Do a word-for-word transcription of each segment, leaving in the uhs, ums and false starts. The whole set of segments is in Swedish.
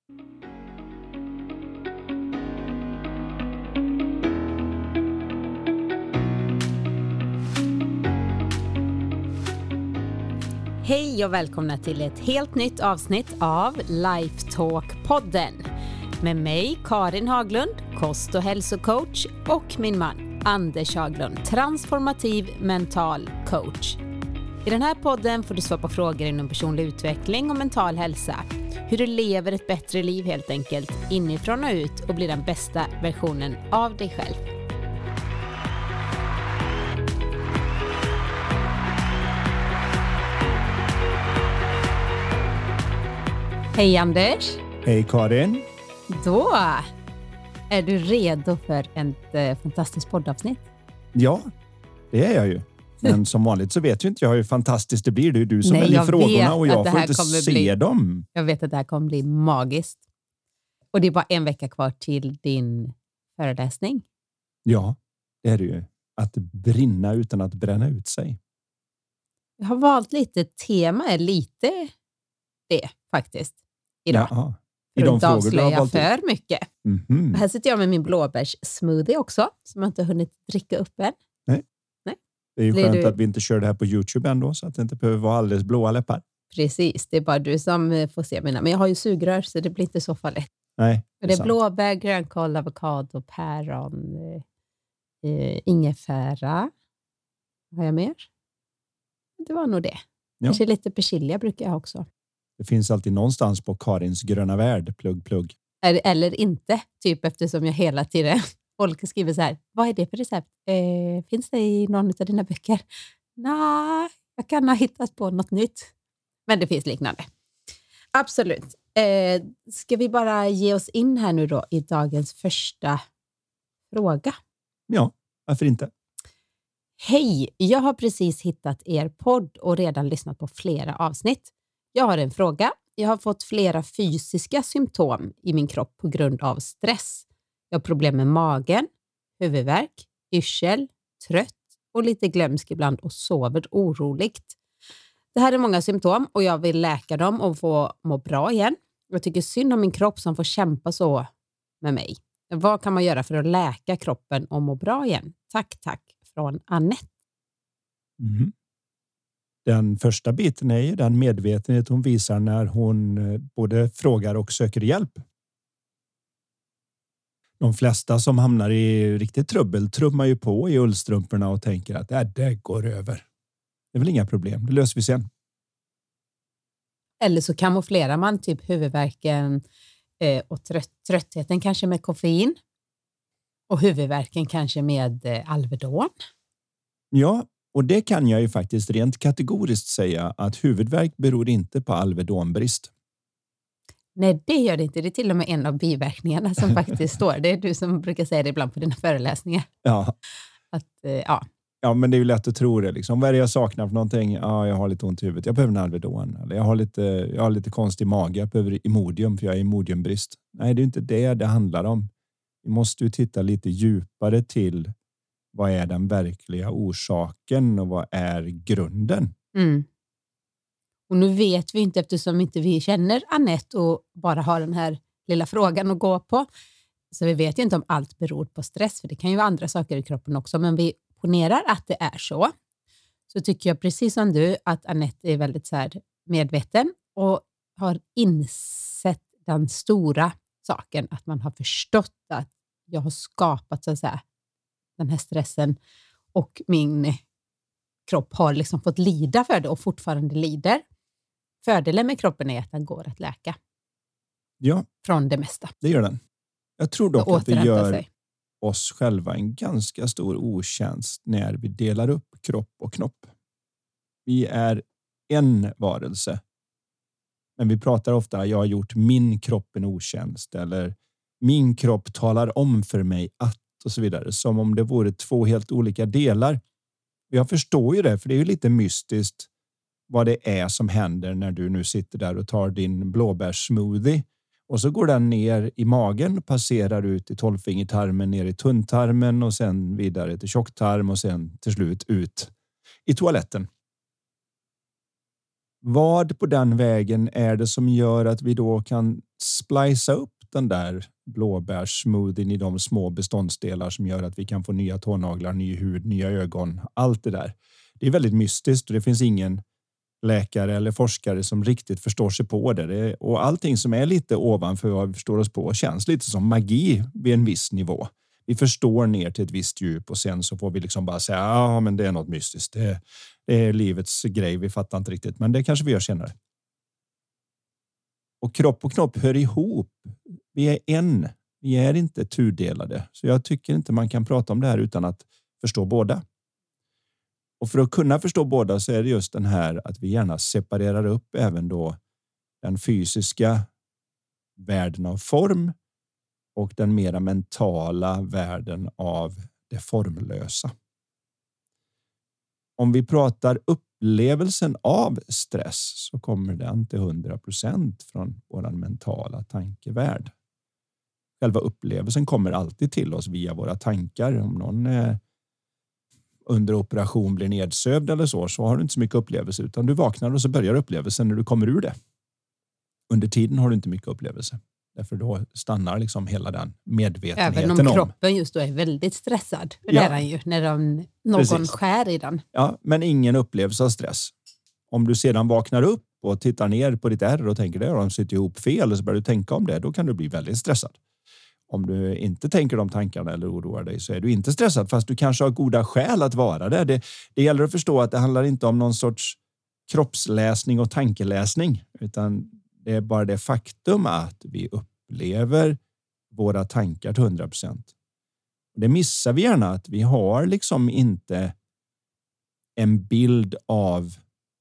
Hej och välkomna till ett helt nytt avsnitt av Lifetalk-podden. Med mig Karin Haglund, kost- och hälsocoach, och min man Anders Haglund, transformativ mental coach. I den här podden får du svara på frågor inom personlig utveckling och mental hälsa. Hur du lever ett bättre liv helt enkelt, inifrån och ut, och blir den bästa versionen av dig själv. Hej Anders. Hej Karin. Då är du redo för ett eh, fantastiskt poddavsnitt. Ja, det är jag ju. Men som vanligt så vet ju inte jag hur fantastiskt det blir. Det är du som Nej, väljer frågorna och jag får inte se bli, dem. Jag vet att det här kommer bli magiskt. Och det är bara en vecka kvar till din föreläsning. Ja, det är det ju. Att brinna utan att bränna ut sig. Jag har valt lite, tema är lite det faktiskt. Idag. Ja, i för att inte avslöja för mycket. Mm-hmm. Här sitter jag med min blåbärssmoothie också, som jag inte har hunnit dricka upp än. Nej. Nej. Det är ju Blir skönt du... att vi inte kör det här på YouTube ändå, så att det inte behöver vara alldeles blåa läppar. Precis, det är bara du som får se mina. Men jag har ju sugrör, så det blir inte så farligt. Nej, det är, det är blåbär, grönkål, avokado, päron, eh, ingefära. Vad har jag mer? Det var nog det. Ja. Kanske lite persilja brukar jag också. Det finns alltid någonstans på Karins gröna värld, plugg, plugg. Eller inte, typ eftersom jag hela tiden, folk skriver så här, vad är det för recept? Eh, finns det i någon av dina böcker? Nej, jag kan ha hittat på något nytt. Men det finns liknande. Absolut. Eh, ska vi bara ge oss in här nu då i dagens första fråga? Ja, varför inte? Hej, jag har precis hittat er podd och redan lyssnat på flera avsnitt. Jag har en fråga. Jag har fått flera fysiska symptom i min kropp på grund av stress. Jag har problem med magen, huvudvärk, yrsel, trött och lite glömsk ibland och sover oroligt. Det här är många symptom och jag vill läka dem och få må bra igen. Jag tycker synd om min kropp som får kämpa så med mig. Vad kan man göra för att läka kroppen och må bra igen? Tack, tack. Från Annette. Mm. Den första biten är ju den medvetenhet hon visar när hon både frågar och söker hjälp. De flesta som hamnar i riktigt trubbel trummar ju på i ullstrumporna och tänker att äh, det går över. Det är väl inga problem, det löser vi sen. Eller så kamouflerar man typ huvudvärken eh, och trött, tröttheten kanske med koffein. Och huvudvärken kanske med eh, Alvedon. Ja, och det kan jag ju faktiskt rent kategoriskt säga att huvudvärk beror inte på Alvedonbrist. Nej, det gör det inte. Det är till och med en av biverkningarna som faktiskt står. Det är du som brukar säga det ibland på dina föreläsningar. Ja. Att, eh, ja. Ja, men det är ju lätt att tro det. Liksom. Vad är det jag saknar för någonting? Ja, jag har lite ont i huvudet. Jag behöver en Alvedon. Eller jag har lite, jag har lite konstig mage. Jag behöver Imodium för jag är Imodiumbrist. Nej, det är inte det det handlar om. Vi måste ju titta lite djupare till vad är den verkliga orsaken och vad är grunden? Mm. Och nu vet vi inte, eftersom inte vi känner Annette och bara har den här lilla frågan att gå på. Så vi vet ju inte om allt beror på stress, för det kan ju vara andra saker i kroppen också. Men vi ponerar att det är så. Så tycker jag precis som du att Annette är väldigt så här medveten och har insett den stora saken. Att man har förstått att jag har skapat så att säga den här stressen och min kropp har liksom fått lida för det och fortfarande lider. Fördelen med kroppen är att den går att läka. Ja. Från det mesta. Det gör den. Jag tror dock att vi gör sig. oss själva en ganska stor otjänst när vi delar upp kropp och knopp. Vi är en varelse. Men vi pratar ofta, jag har gjort min kropp en otjänst eller min kropp talar om för mig att och så vidare. Som om det vore två helt olika delar. Jag förstår ju det, för det är ju lite mystiskt vad det är som händer när du nu sitter där och tar din blåbärssmoothie. Och så går den ner i magen, passerar ut i tolvfingertarmen, ner i tunntarmen och sen vidare till tjocktarm och sen till slut ut i toaletten. Vad på den vägen är det som gör att vi då kan splicea upp den där blåbärssmoothien i de små beståndsdelar som gör att vi kan få nya tånaglar, ny hud, nya ögon, allt det där. Det är väldigt mystiskt och det finns ingen läkare eller forskare som riktigt förstår sig på det. det är, och allting som är lite ovanför vad vi förstår oss på känns lite som magi vid en viss nivå. Vi förstår ner till ett visst djup och sen så får vi liksom bara säga ja, men det är något mystiskt. Det, det är livets grej, vi fattar inte riktigt, men det kanske vi gör senare. Och kropp och knopp hör ihop. Vi är en. Vi är inte tudelade. Så jag tycker inte man kan prata om det här utan att förstå båda. Och för att kunna förstå båda så är det just den här att vi gärna separerar upp även då den fysiska världen av form och den mera mentala världen av det formlösa. Om vi pratar upplevelsen av stress så kommer den till hundra procent från vår mentala tankevärld. Själva upplevelsen kommer alltid till oss via våra tankar. Om någon är under operation blir nedsövd eller så, så har du inte så mycket upplevelse utan du vaknar och så börjar upplevelsen när du kommer ur det. Under tiden har du inte mycket upplevelse. Därför då stannar liksom hela den medvetenheten om. Även om kroppen om. just då är väldigt stressad. För ja. Det är den ju när de, någon Precis. skär i den. Ja, men ingen upplevelse av stress. Om du sedan vaknar upp och tittar ner på ditt ärr och tänker det och de sitter ihop fel och så börjar du tänka om det, då kan du bli väldigt stressad. Om du inte tänker de tankarna eller oroar dig så är du inte stressad fast du kanske har goda skäl att vara det. Det, det gäller att förstå att det handlar inte om någon sorts kroppsläsning och tankeläsning utan det är bara det faktum att vi upplever våra tankar till hundra procent. Det missar vi gärna att vi har liksom inte en bild av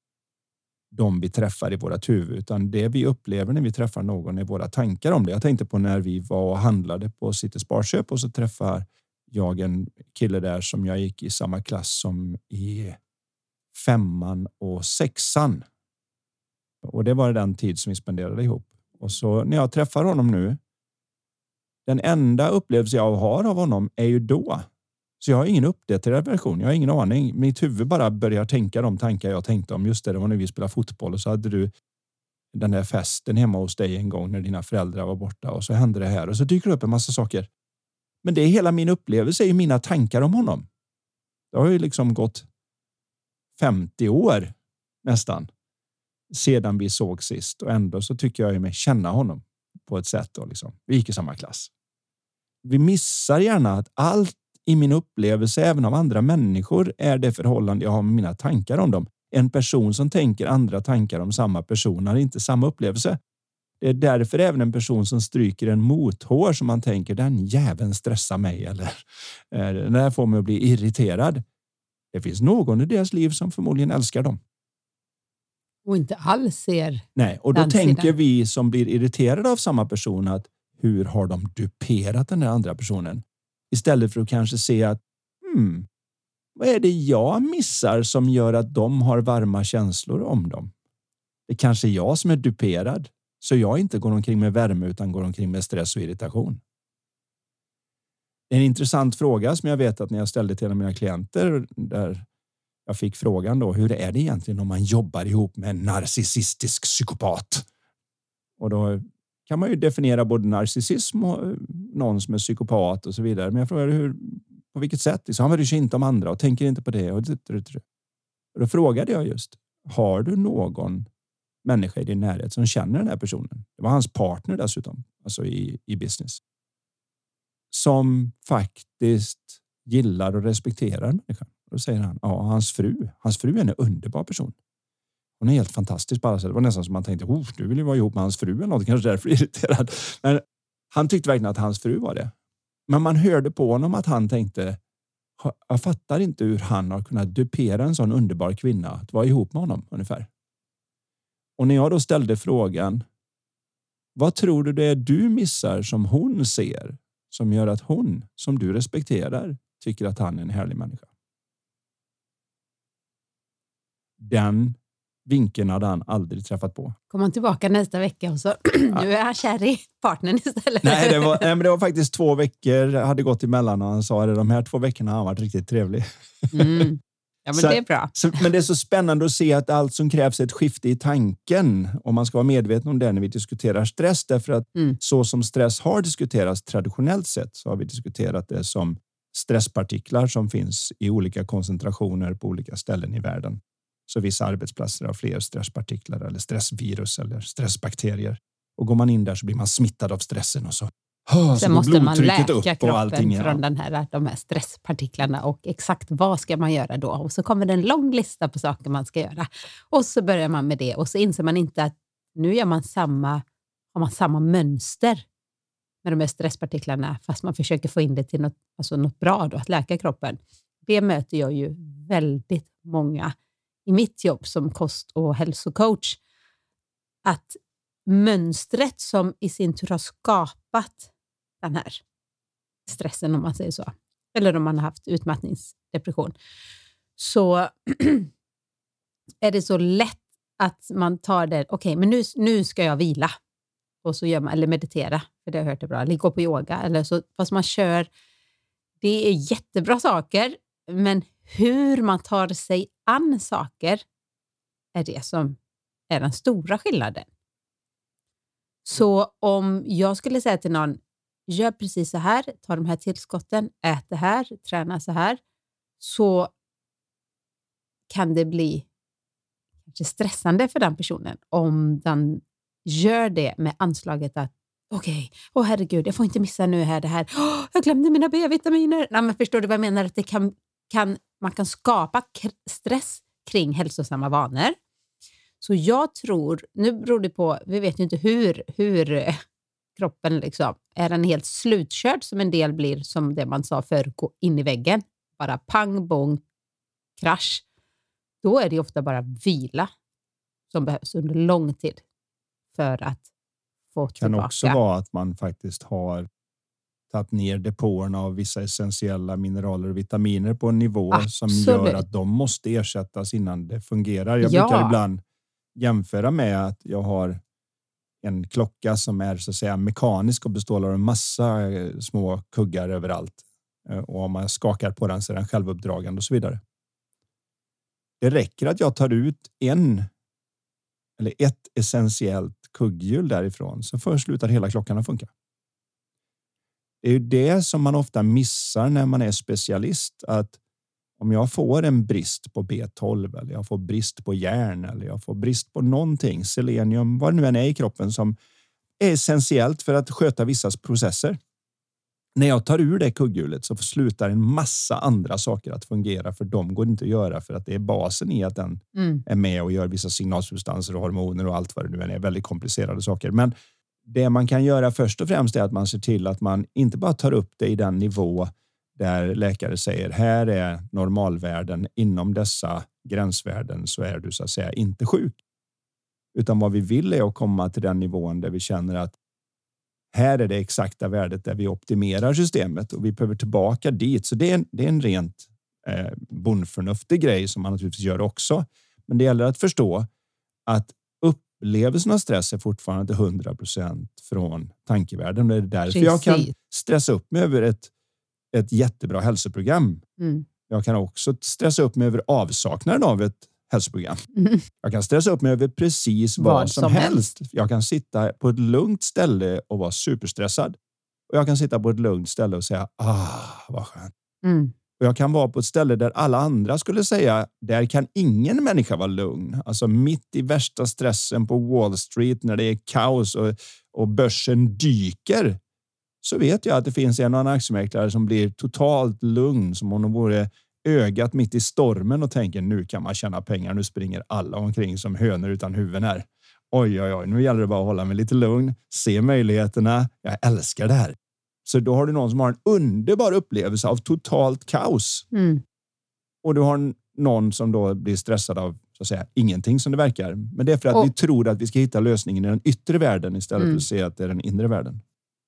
de vi träffar i våra huvud utan det vi upplever när vi träffar någon är våra tankar om det. Jag tänkte på när vi var och handlade på City Sparköp och så träffar jag en kille där som jag gick i samma klass som i femman och sexan. Och det var den tid som vi spenderade ihop. Och så när jag träffar honom nu, den enda upplevelse jag har av honom är ju då. Så jag har ingen uppdaterad version. Jag har ingen aning. Mitt huvud bara börjar tänka de tankar jag tänkte om. Just det, det var när vi spelade fotboll och så hade du den där festen hemma hos dig en gång när dina föräldrar var borta. Och så hände det här och så dyker det upp en massa saker. Men det är hela min upplevelse är ju mina tankar om honom. Det har ju liksom gått femtio år nästan sedan vi såg sist. Och ändå så tycker jag ju mig känna honom på ett sätt då liksom. Vi gick i samma klass. Vi missar gärna att allt i min upplevelse även av andra människor är det förhållande jag har med mina tankar om dem. En person som tänker andra tankar om samma person har inte samma upplevelse. Det är därför även en person som stryker en mothår som man tänker den jäveln stressar mig eller den där får mig att bli irriterad. Det finns någon i deras liv som förmodligen älskar dem. Och inte alls ser. Nej, och då tänker sidan. Vi som blir irriterade av samma person att hur har de duperat den där andra personen? Istället för att kanske se att hmm, vad är det jag missar som gör att de har varma känslor om dem? Det är kanske jag som är duperad. Så jag inte går omkring med värme utan går omkring med stress och irritation. En intressant fråga som jag vet att när jag ställde till mina klienter där jag fick frågan då, hur är det egentligen om man jobbar ihop med en narcissistisk psykopat? Och då kan man ju definiera både narcissism och någon som är psykopat och så vidare. Men jag frågade hur, på vilket sätt? Så han bryr sig inte om andra och tänker inte på det. Och, och då frågade jag just, har du någon människa i din närhet som känner den här personen? Det var hans partner dessutom, alltså i, i business. Som faktiskt gillar och respekterar människan. Då säger han, ja, hans fru. Hans fru är en underbar person. Hon är helt fantastisk bara. Så det var nästan som man tänkte, oh, du vill ju vara ihop med hans fru eller något. Kanske därför irriterad. Men han tyckte verkligen att hans fru var det. Men man hörde på honom att han tänkte, jag fattar inte hur han har kunnat dupera en sån underbar kvinna att vara ihop med honom ungefär. Och när jag då ställde frågan, vad tror du det är du missar som hon ser? Som gör att hon, som du respekterar, tycker att han är en härlig människa. Den vinkeln hade han aldrig träffat på. Kommer han tillbaka nästa vecka och så nu är han kär i partnern istället. Nej, det var, nej, men det var faktiskt två veckor hade gått emellan och han sa att de här två veckorna har han varit riktigt trevlig. Mm. Ja, men så, det är bra. Så, men det är så spännande att se att allt som krävs är ett skifte i tanken. Och man ska vara medveten om det när vi diskuterar stress. Därför att Mm. så som stress har diskuterats traditionellt sett så har vi diskuterat det som stresspartiklar som finns i olika koncentrationer på olika ställen i världen. Så vissa arbetsplatser har fler stresspartiklar eller stressvirus eller stressbakterier. Och går man in där så blir man smittad av stressen och så Oh, Sen måste man läka upp kroppen och allting, ja. från den här, de här stresspartiklarna och exakt vad ska man göra då? Och så kommer det en lång lista på saker man ska göra. Och så börjar man med det och så inser man inte att nu gör man samma, har man samma mönster med de här stresspartiklarna fast man försöker få in det till något, alltså något bra då, att läka kroppen. Det möter jag ju väldigt många i mitt jobb som kost- och hälsocoach. Att mönstret som i sin tur har skapat den här stressen om man säger så. Eller om man har haft utmattningsdepression. Så är det så lätt att man tar det, okej okay, men nu, nu ska jag vila. Och så gör man, eller meditera, för det har jag hört det bra. Eller gå på yoga. Eller så, fast man kör, det är jättebra saker. Men hur man tar sig an saker är det som är den stora skillnaden. Så om jag skulle säga till någon, gör precis så här, ta de här tillskotten, ät det här, träna så här, så kan det bli kanske stressande för den personen om den gör det med anslaget att okej, okay, åh oh, herregud, jag får inte missa nu här det här, oh, jag glömde mina B-vitaminer. Nej, men förstår du vad jag menar? Att det kan, kan, man kan skapa k- stress kring hälsosamma vanor. Så jag tror, nu beror det på, vi vet ju inte hur, hur kroppen liksom, är den helt slutkörd som en del blir som det man sa för gå in i väggen. Bara pang, bong, krasch. Då är det ofta bara vila som behövs under lång tid för att få tillbaka. Det kan också vara att man faktiskt har tagit ner depåerna av vissa essentiella mineraler och vitaminer på en nivå Absolut. Som gör att de måste ersättas innan det fungerar. Jag ja. brukar ibland jämföra med att jag har en klocka som är så att säga mekanisk och består av en massa små kuggar överallt. Och om man skakar på den så är den självuppdragande och så vidare. Det räcker att jag tar ut en eller ett essentiellt kugghjul därifrån så först slutar hela klockan att funka. Det är ju det som man ofta missar när man är specialist, att om jag får en brist på B tolv eller jag får brist på järn eller jag får brist på någonting, selenium, vad det nu än är i kroppen som är essentiellt för att sköta vissa processer. När jag tar ur det kugghjulet så slutar en massa andra saker att fungera, för de går inte att göra för att det är basen i att den mm. är med och gör vissa signalsubstanser och hormoner och allt vad det nu är, väldigt komplicerade saker. Men det man kan göra först och främst är att man ser till att man inte bara tar upp det i den nivå där läkare säger här är normalvärden, inom dessa gränsvärden så är du så att säga inte sjuk. Utan vad vi vill är att komma till den nivån där vi känner att här är det exakta värdet där vi optimerar systemet och vi behöver tillbaka dit. Så det är en, det är en rent eh, bondförnuftig grej som man naturligtvis gör också. Men det gäller att förstå att upplevelsen av stress är fortfarande inte hundra procent från tankevärlden. Det är därför Precis. Jag kan stressa upp mig över ett, ett jättebra hälsoprogram. Mm. Jag kan också stressa upp mig över avsaknaden av ett hälsoprogram. Mm. Jag kan stressa upp mig över precis vad, vad som, som helst. helst. Jag kan sitta på ett lugnt ställe och vara superstressad. Och jag kan sitta på ett lugnt ställe och säga, ah, vad skönt. Mm. Och jag kan vara på ett ställe där alla andra skulle säga, där kan ingen människa vara lugn. Alltså mitt i värsta stressen på Wall Street när det är kaos och, och börsen dyker. Så vet jag att det finns en annan aktiemäklare som blir totalt lugn, som om de vore ögat mitt i stormen och tänker nu kan man tjäna pengar, nu springer alla omkring som hönor utan huvuden här. Oj, oj, oj, nu gäller det bara att hålla mig lite lugn, se möjligheterna, jag älskar det här. Så då har du någon som har en underbar upplevelse av totalt kaos. Mm. Och du har någon som då blir stressad av så att säga ingenting som det verkar. Men det är för att och, vi tror att vi ska hitta lösningen i den yttre världen istället mm. för att se att det är den inre världen.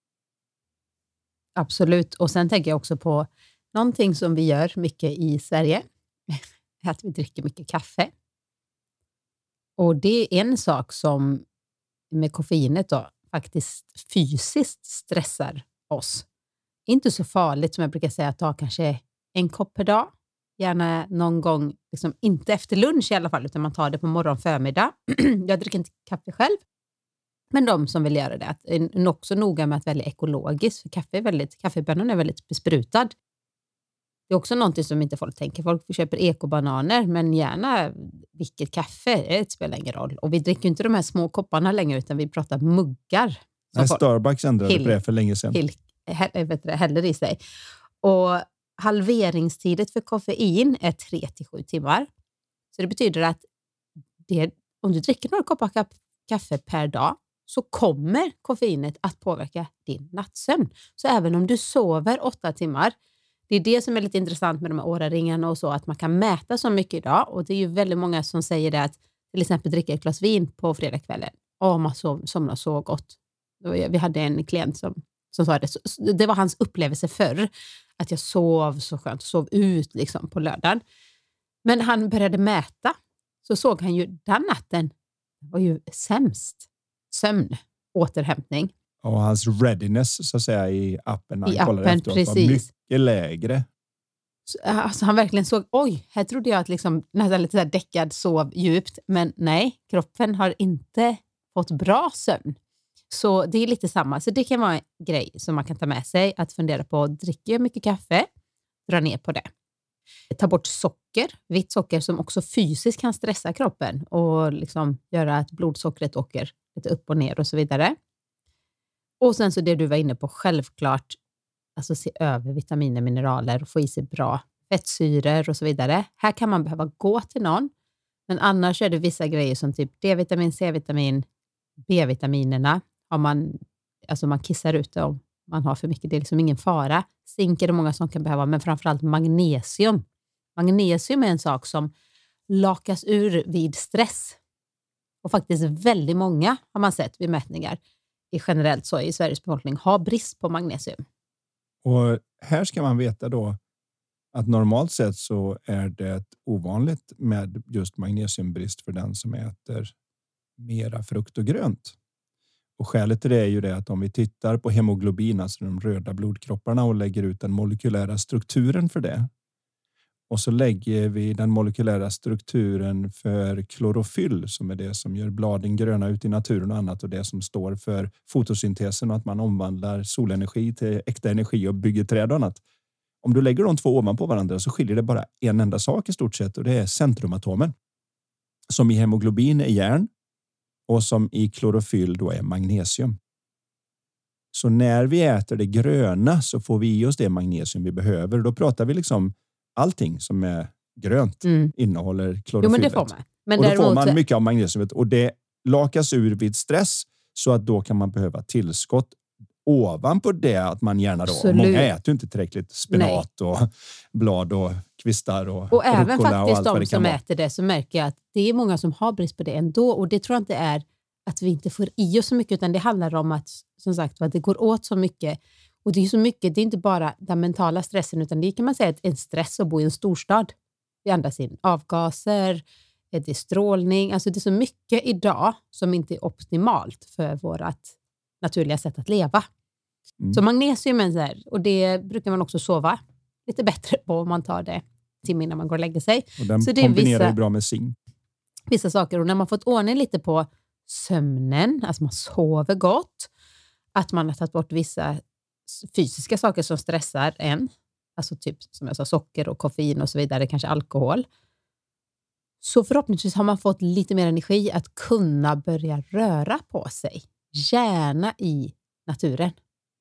Absolut, och sen tänker jag också på någonting som vi gör mycket i Sverige är att vi dricker mycket kaffe. Och det är en sak som med koffeinet då faktiskt fysiskt stressar oss. Inte så farligt som jag brukar säga att ta kanske en kopp per dag. Gärna någon gång, liksom, inte efter lunch i alla fall, utan man tar det på morgon förmiddag. Jag dricker inte kaffe själv. Men de som vill göra det, att är också noga med att välja ekologiskt. För kaffe är väldigt, kaffebönan är väldigt besprutad. Det är också någonting som inte folk tänker. Folk köper ekobananer, men gärna vilket kaffe, det spelar ingen roll. Och vi dricker inte de här små kopparna längre, utan vi pratar muggar. Nej, Starbucks ändrade Hill, på det för länge sedan. Hill, häller i sig. Och halveringstidet för koffein är tre till sju timmar. Så det betyder att det, om du dricker några koppar kaffe per dag, så kommer koffeinet att påverka din nattsömn. Så även om du sover åtta timmar, det är det som är lite intressant med de här Oura-ringarna och så, att man kan mäta så mycket idag. Och det är ju väldigt många som säger det, att till exempel dricka ett glas vin på fredagskvällen. Åh, man sov, somnar så gott. Vi hade en klient som, som sa det. Det var hans upplevelse förr, att jag sov så skönt, sov ut liksom på lördagen. Men han började mäta, så såg han ju den natten var ju sämst. Sömn, återhämtning. Och hans readiness så att säga i appen, I appen, efteråt, precis. var mycket lägre. Så, alltså han verkligen såg, oj, här trodde jag att liksom, nästan lite så här däckad, sov djupt. Men nej, kroppen har inte fått bra sömn. Så det är lite samma. Så det kan vara en grej som man kan ta med sig. Att fundera på, dricker jag mycket kaffe? Dra ner på det. Ta bort socker, vitt socker som också fysiskt kan stressa kroppen. Och liksom göra att blodsockret åker lite upp och ner och så vidare. Och sen så det du var inne på, självklart. Alltså se över vitaminer, mineraler och få i sig bra fettsyror och så vidare. Här kan man behöva gå till någon. Men annars är det vissa grejer som typ D-vitamin, C-vitamin, B-vitaminerna. Har man, alltså man kissar ut det om man har för mycket. Det är liksom ingen fara. Zink är det många som kan behöva, men framförallt magnesium. Magnesium är en sak som lakas ur vid stress. Och faktiskt väldigt många har man sett vid mätningar i generellt så i Sveriges befolkning har brist på magnesium. Och här ska man veta då att normalt sett så är det ovanligt med just magnesiumbrist för den som äter mera frukt och grönt. Och skälet till det är ju det att om vi tittar på hemoglobin, alltså de röda blodkropparna, och lägger ut den molekylära strukturen för det. Och så lägger vi den molekylära strukturen för klorofyll, som är det som gör bladen gröna ut i naturen och annat, och det som står för fotosyntesen och att man omvandlar solenergi till äkta energi och bygger träd och annat. Om du lägger de två ovanpå varandra så skiljer det bara en enda sak i stort sett, och det är centrumatomen. Som i hemoglobin är järn och som i klorofyll då är magnesium. Så när vi äter det gröna så får vi i oss det magnesium vi behöver. Då pratar vi liksom allting som är grönt mm. innehåller klorofyllet. Jo, men det får man. Men och då däremot... får man mycket av magnesiumet, och det lakas ur vid stress, så att då kan man behöva tillskott ovanpå det, att man gärna då, Absolut. Många äter ju inte tillräckligt spenat Nej. och blad och kvistar och Och även faktiskt och de som vara. äter det, så märker jag att det är många som har brist på det ändå, och det tror jag inte är att vi inte får i oss så mycket, utan det handlar om att, som sagt, att det går åt så mycket. Och det är så mycket, det är inte bara den mentala stressen, utan det kan man säga att en stress att bo i en storstad. Vi andas in avgaser, det är strålning, alltså det är så mycket idag som inte är optimalt för vårt naturliga sätt att leva. Mm. Så magnesium är så här, och det brukar man också sova lite bättre på om man tar det timme innan man går och lägger sig. Och den så det kombinerar vissa, ju bra med zink. Vissa saker, och när man fått ordning lite på sömnen, alltså man sover gott, att man har tagit bort vissa fysiska saker som stressar en, alltså typ som jag sa, socker och koffein och så vidare, kanske alkohol. Så förhoppningsvis har man fått lite mer energi att kunna börja röra på sig. Gärna i naturen.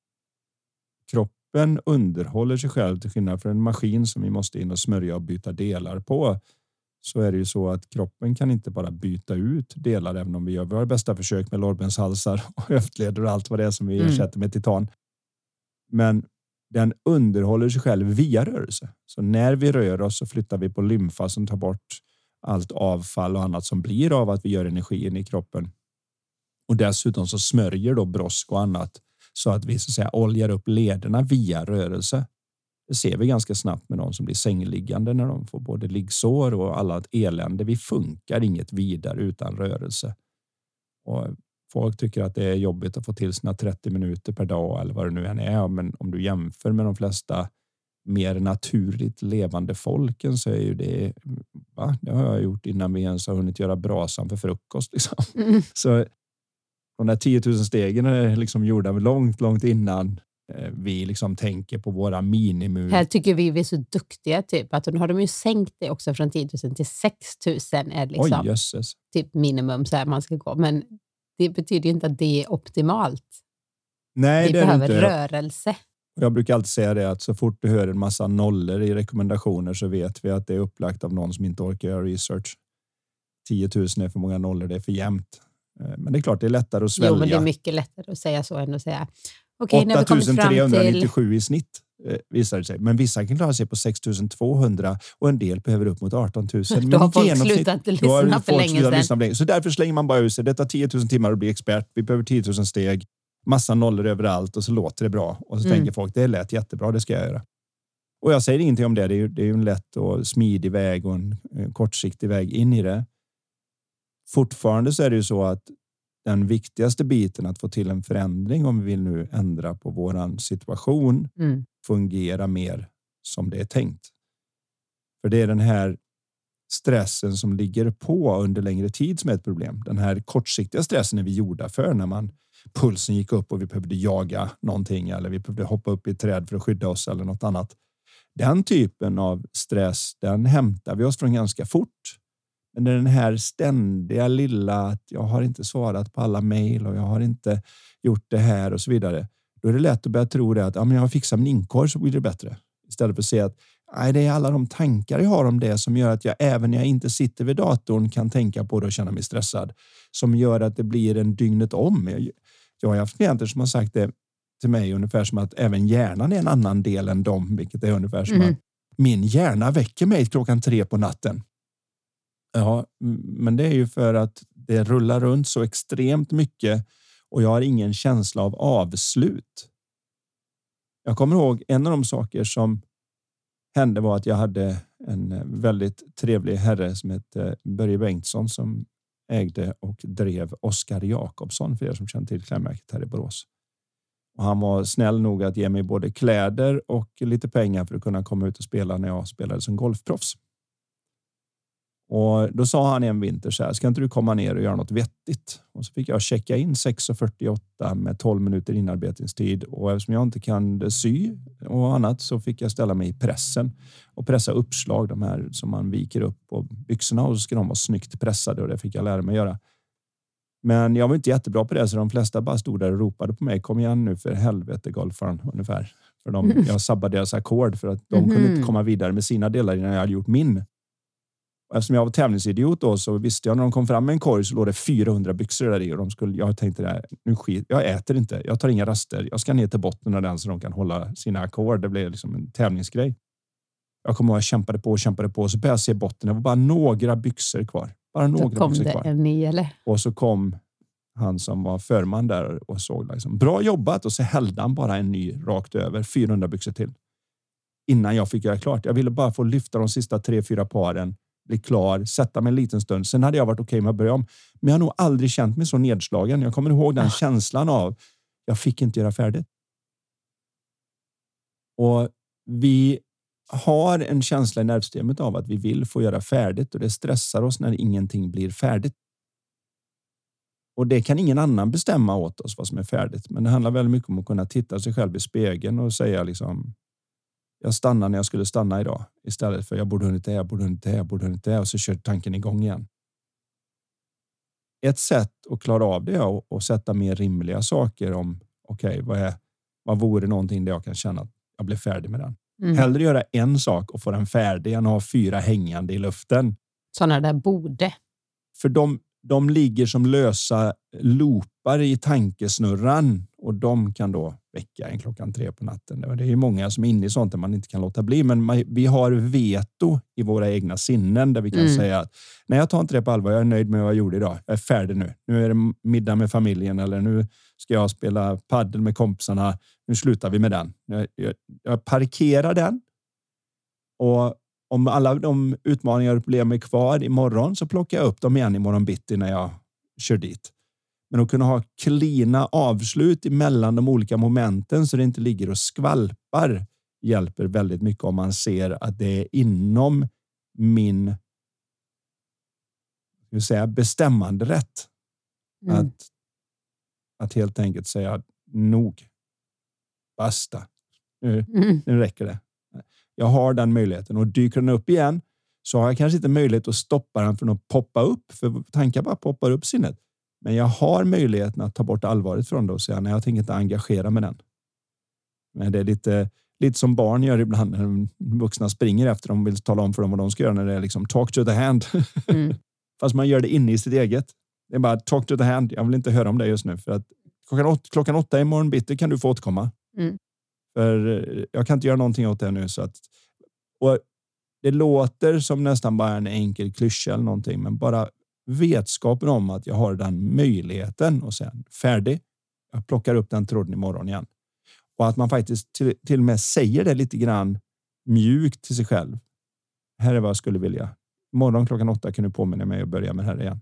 Kroppen underhåller sig själv, till skillnad från en maskin som vi måste in och smörja och byta delar på. Så är det ju så att kroppen kan inte bara byta ut delar, även om vi gör våra bästa försök med lårbenshalsar och höftleder och allt vad det är som vi mm. ersätter med titan. Men den underhåller sig själv via rörelse. Så när vi rör oss så flyttar vi på lymfa som tar bort allt avfall och annat som blir av att vi gör energin i kroppen. Och dessutom så smörjer då brosk och annat så att vi så att säga oljar upp lederna via rörelse. Det ser vi ganska snabbt med de som blir sängliggande när de får både liggsår och alla elände. Vi funkar inget vidare utan rörelse. Och folk tycker att det är jobbigt att få till sina trettio minuter per dag eller vad det nu än är. Men om du jämför med de flesta mer naturligt levande folken så är ju det, va? Det har jag gjort innan vi ens har hunnit göra brasan för frukost. Liksom. Mm. Så de där tio tusen stegen är liksom gjorda långt, långt innan vi liksom tänker på våra minimum. Här tycker vi vi är så duktiga typ att nu har de ju sänkt det också från tio tusen till sex tusen är liksom Oj, jösses. Typ minimum så här man ska gå. Men det betyder ju inte att det är optimalt. Nej, vi det behöver inte. rörelse. Jag brukar alltid säga det att så fort du hör en massa nollor i rekommendationer så vet vi att det är upplagt av någon som inte orkar göra research. tio tusen är för många nollor, det är för jämnt. Men det är klart det är lättare att svälja. Jo, men det är mycket lättare att säga så än att säga okej, när vi åtta tusen trehundranittiosju till... i snitt eh, visar det sig. Men vissa kan klara sig på sex tusen tvåhundra och en del behöver upp mot arton tusen. Då har folk slutat lyssna för länge sedan. Så därför slänger man bara ut sig. Detta tio tusen timmar och blir expert. Vi behöver tio tusen steg. Massa nollor överallt och så låter det bra. Och så mm. tänker folk, det lät jättebra, det ska jag göra. Och jag säger ingenting om det. Det är ju, det är ju en lätt och smidig väg och en, en kortsiktig väg in i det. Fortfarande så är det ju så att den viktigaste biten att få till en förändring om vi vill nu ändra på våran situation mm. fungera mer som det är tänkt. För det är den här stressen som ligger på under längre tid som är ett problem. Den här kortsiktiga stressen är vi gjorda för när man pulsen gick upp och vi behövde jaga någonting eller vi behövde hoppa upp i ett träd för att skydda oss eller något annat. Den typen av stress, den hämtar vi oss från ganska fort. Men den här ständiga lilla att jag har inte svarat på alla mejl och jag har inte gjort det här och så vidare. Då är det lätt att börja tro det att ja, men jag fixar min inkorg så blir det bättre. Istället för att se att nej, det är alla de tankar jag har om det som gör att jag även när jag inte sitter vid datorn kan tänka på det och känna mig stressad. Som gör att det blir en dygnet om. Jag, jag har haft klienter som har sagt det till mig ungefär som att även hjärnan är en annan del än dem. Vilket är ungefär som mm. att min hjärna väcker mig klockan tre på natten. Ja, men det är ju för att det rullar runt så extremt mycket och jag har ingen känsla av avslut. Jag kommer ihåg en av de saker som hände var att jag hade en väldigt trevlig herre som hette Börje Bengtsson som ägde och drev Oskar Jakobsson för er som känner till klädmärket här i Borås. Och han var snäll nog att ge mig både kläder och lite pengar för att kunna komma ut och spela när jag spelade som golfproffs. Och då sa han en vinter så här, ska inte du komma ner och göra något vettigt? Och så fick jag checka in sex fyrtioåtta med tolv minuter inarbetningstid. Och eftersom jag inte kan sy och annat så fick jag ställa mig i pressen och pressa uppslag, de här som man viker upp på byxorna och så ska de vara snyggt pressade och det fick jag lära mig göra. Men jag var inte jättebra på det så de flesta bara stod där och ropade på mig. Kom igen nu för helvete golfaren ungefär. För de, jag sabbade deras ackord för att de mm. kunde inte komma vidare med sina delar innan jag hade gjort min. Och eftersom jag var tävlingsidiot då så visste jag när de kom fram med en korg så låg det fyrahundra byxor där i och de skulle, jag tänkte det här, nu skit, jag äter inte, jag tar inga raster, jag ska ner till botten av den så de kan hålla sina ackord, det blev liksom en tävlingsgrej. Jag kommer ihåg, jag kämpade på och kämpade på och så började jag se botten, det var bara några byxor kvar. Bara några så kom byxor det kvar. En ny, eller? Och så kom han som var förman där och såg liksom, bra jobbat och så hällde han bara en ny rakt över, fyrahundra byxor till. Innan jag fick göra klart. Jag ville bara få lyfta de sista tre, fyra paren bli klar, sätta mig en liten stund. Sen hade jag varit okej med att börja om. Men jag har nog aldrig känt mig så nedslagen. Jag kommer ihåg den ah. känslan av jag fick inte göra färdigt. Och vi har en känsla i nervsystemet av att vi vill få göra färdigt och det stressar oss när ingenting blir färdigt. Och det kan ingen annan bestämma åt oss vad som är färdigt. Men det handlar väldigt mycket om att kunna titta sig själv i spegeln och säga liksom jag stannar när jag skulle stanna idag. Istället för jag borde hunnit det, jag borde hunnit det, jag borde hunnit det. Och så kör tanken igång igen. Ett sätt att klara av det är att sätta mer rimliga saker om okej, okay, vad, är, vad vore någonting där jag kan känna att jag blev färdig med den. Mm. Hellre göra en sak och få den färdig än att ha fyra hängande i luften. Sådana där borde. För de, de ligger som lösa loopar i tankesnurran och de kan då väcka en klockan tre på natten. Det är ju många som är inne i sånt där man inte kan låta bli, men man, vi har veto i våra egna sinnen där vi kan mm. säga att nej, jag tar inte det på allvar, jag är nöjd med vad jag gjorde idag. Jag är färdig nu. Nu är det middag med familjen eller nu ska jag spela paddel med kompisarna. Nu slutar vi med den. Jag, jag, jag parkerar den och om alla de utmaningar och problem är kvar imorgon så plockar jag upp dem igen imorgon bitti när jag kör dit. Men att kunna ha klina avslut emellan de olika momenten så det inte ligger och skvalpar hjälper väldigt mycket om man ser att det är inom min hur säga, bestämmande rätt. Mm. Att, att helt enkelt säga nog. Basta. Nu, mm. nu räcker det. Jag har den möjligheten och dyker den upp igen så har jag kanske inte möjlighet att stoppa den från att poppa upp, för tankar bara poppar upp sinnet. Men jag har möjligheten att ta bort allvaret från det och säga nej, jag tänker inte engagera med den. Men det är lite, lite som barn gör ibland när vuxna springer efter dem och vill tala om för dem vad de ska göra när det är liksom talk to the hand. Mm. Fast man gör det inne i sitt eget. Det är bara talk to the hand. Jag vill inte höra om det just nu för att klockan åtta, klockan åtta imorgon bitti kan du få återkomma. Mm. För jag kan inte göra någonting åt det nu så att och det låter som nästan bara en enkel klyscha eller någonting, men bara vetskapen om att jag har den möjligheten och sen färdig. Jag plockar upp den tråden imorgon igen. Och att man faktiskt till, till och med säger det lite grann mjukt till sig själv. Här är vad jag skulle vilja. Imorgon klockan åtta kan du påminna mig att börja med det här igen.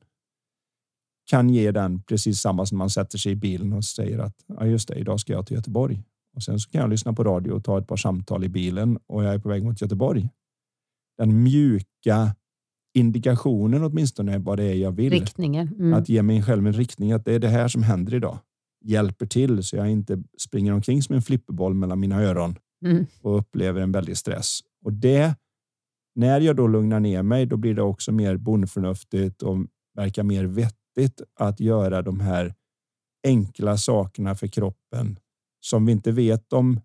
Kan ge den precis samma som man sätter sig i bilen och säger att ja just det, idag ska jag till Göteborg. Och sen så kan jag lyssna på radio och ta ett par samtal i bilen och jag är på väg mot Göteborg. Den mjuka indikationen åtminstone vad det är jag vill. Riktningen. Mm. Att ge mig själv en riktning att det är det här som händer idag. Hjälper till så jag inte springer omkring som en flipperboll mellan mina öron mm. och upplever en väldig stress. Och det, när jag då lugnar ner mig, då blir det också mer bondförnuftigt och verkar mer vettigt att göra de här enkla sakerna för kroppen som vi inte vet om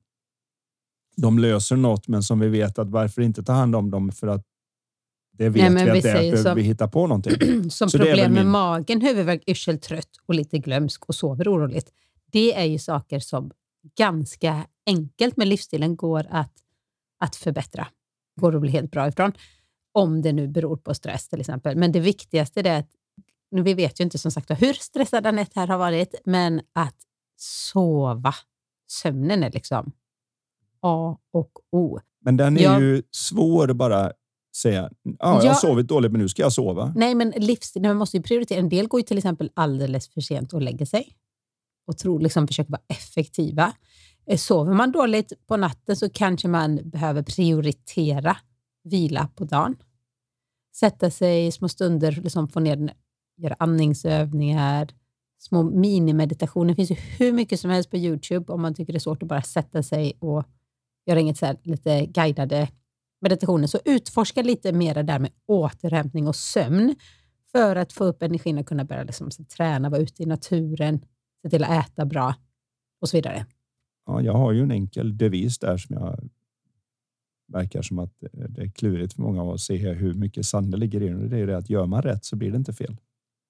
de löser något, men som vi vet att varför inte ta hand om dem för att det vet Nej, vi att vi det behöver som, vi hitta på någonting. Som så problem med min... magen, huvudvärk, yrsel, trött och lite glömsk och sover oroligt. Det är ju saker som ganska enkelt med livsstilen går att, att förbättra. Går att bli helt bra ifrån. Om det nu beror på stress till exempel. Men det viktigaste är att, nu vi vet ju inte som sagt hur stressad Anette här har varit, men att sova. Sömnen är liksom A och O. Men den är jag, ju svår att bara säga, ja, jag, jag har sovit dåligt men nu ska jag sova. Nej, men livsstilen, man måste ju prioritera. En del går ju till exempel alldeles för sent och lägger sig. Och tror liksom försöker vara effektiva. Sover man dåligt på natten så kanske man behöver prioritera vila på dagen. Sätta sig i små stunder, liksom få ner, göra andningsövningar, små minimeditationer. Det finns ju hur mycket som helst på YouTube om man tycker det är svårt att bara sätta sig och göra inget så här, lite guidade meditationer. Så utforska lite mer där med återhämtning och sömn för att få upp energin och kunna börja liksom, så, träna, vara ute i naturen, se till att äta bra och så vidare. Ja, jag har ju en enkel devis där som jag verkar som att det är klurigt för många av oss att se hur mycket sand det ligger i det. Det är det att gör man rätt så blir det inte fel.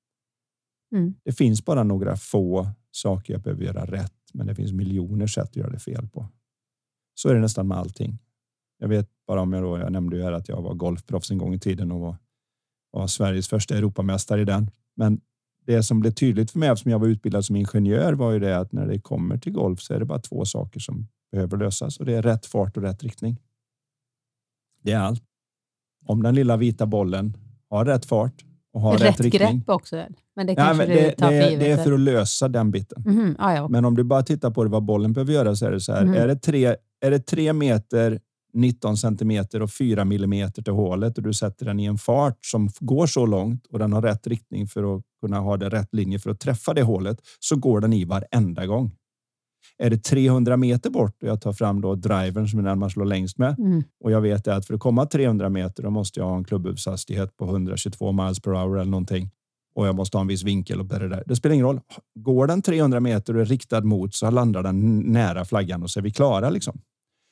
Mm. Det finns bara några få saker jag behöver göra rätt, men det finns miljoner sätt att göra det fel på. Så är det nästan med allting. Jag vet bara om jag då, jag nämnde ju här att jag var golfproffs en gång i tiden och var, var Sveriges första Europamästare i den. Men det som blev tydligt för mig eftersom jag var utbildad som ingenjör var ju det att när det kommer till golf så är det bara två saker som behöver lösas. Och det är rätt fart och rätt riktning. Det är allt. Om den lilla vita bollen har rätt fart och har rätt, rätt riktning. Rätt grepp också. Men det kanske ja, men det, tar det, för det är för att lösa den biten. Mm-hmm. Ah, ja. Men om du bara tittar på det, vad bollen behöver göra så är det så här. Mm. Är det tre, är det tre meter, nitton centimeter och fyra millimeter till hålet och du sätter den i en fart som går så långt och den har rätt riktning för att kunna ha det rätt linje för att träffa det hålet så går den i varenda gång. Är det trehundra meter bort och jag tar fram då drivern som är närmast slår längst med mm. och jag vet att för att komma trehundra meter då måste jag ha en klubbhushastighet på hundratjugotvå miles per hour eller någonting och jag måste ha en viss vinkel och det där. Det spelar ingen roll. Går den trehundra meter och är riktad mot så landar den nära flaggan och så är vi klara liksom.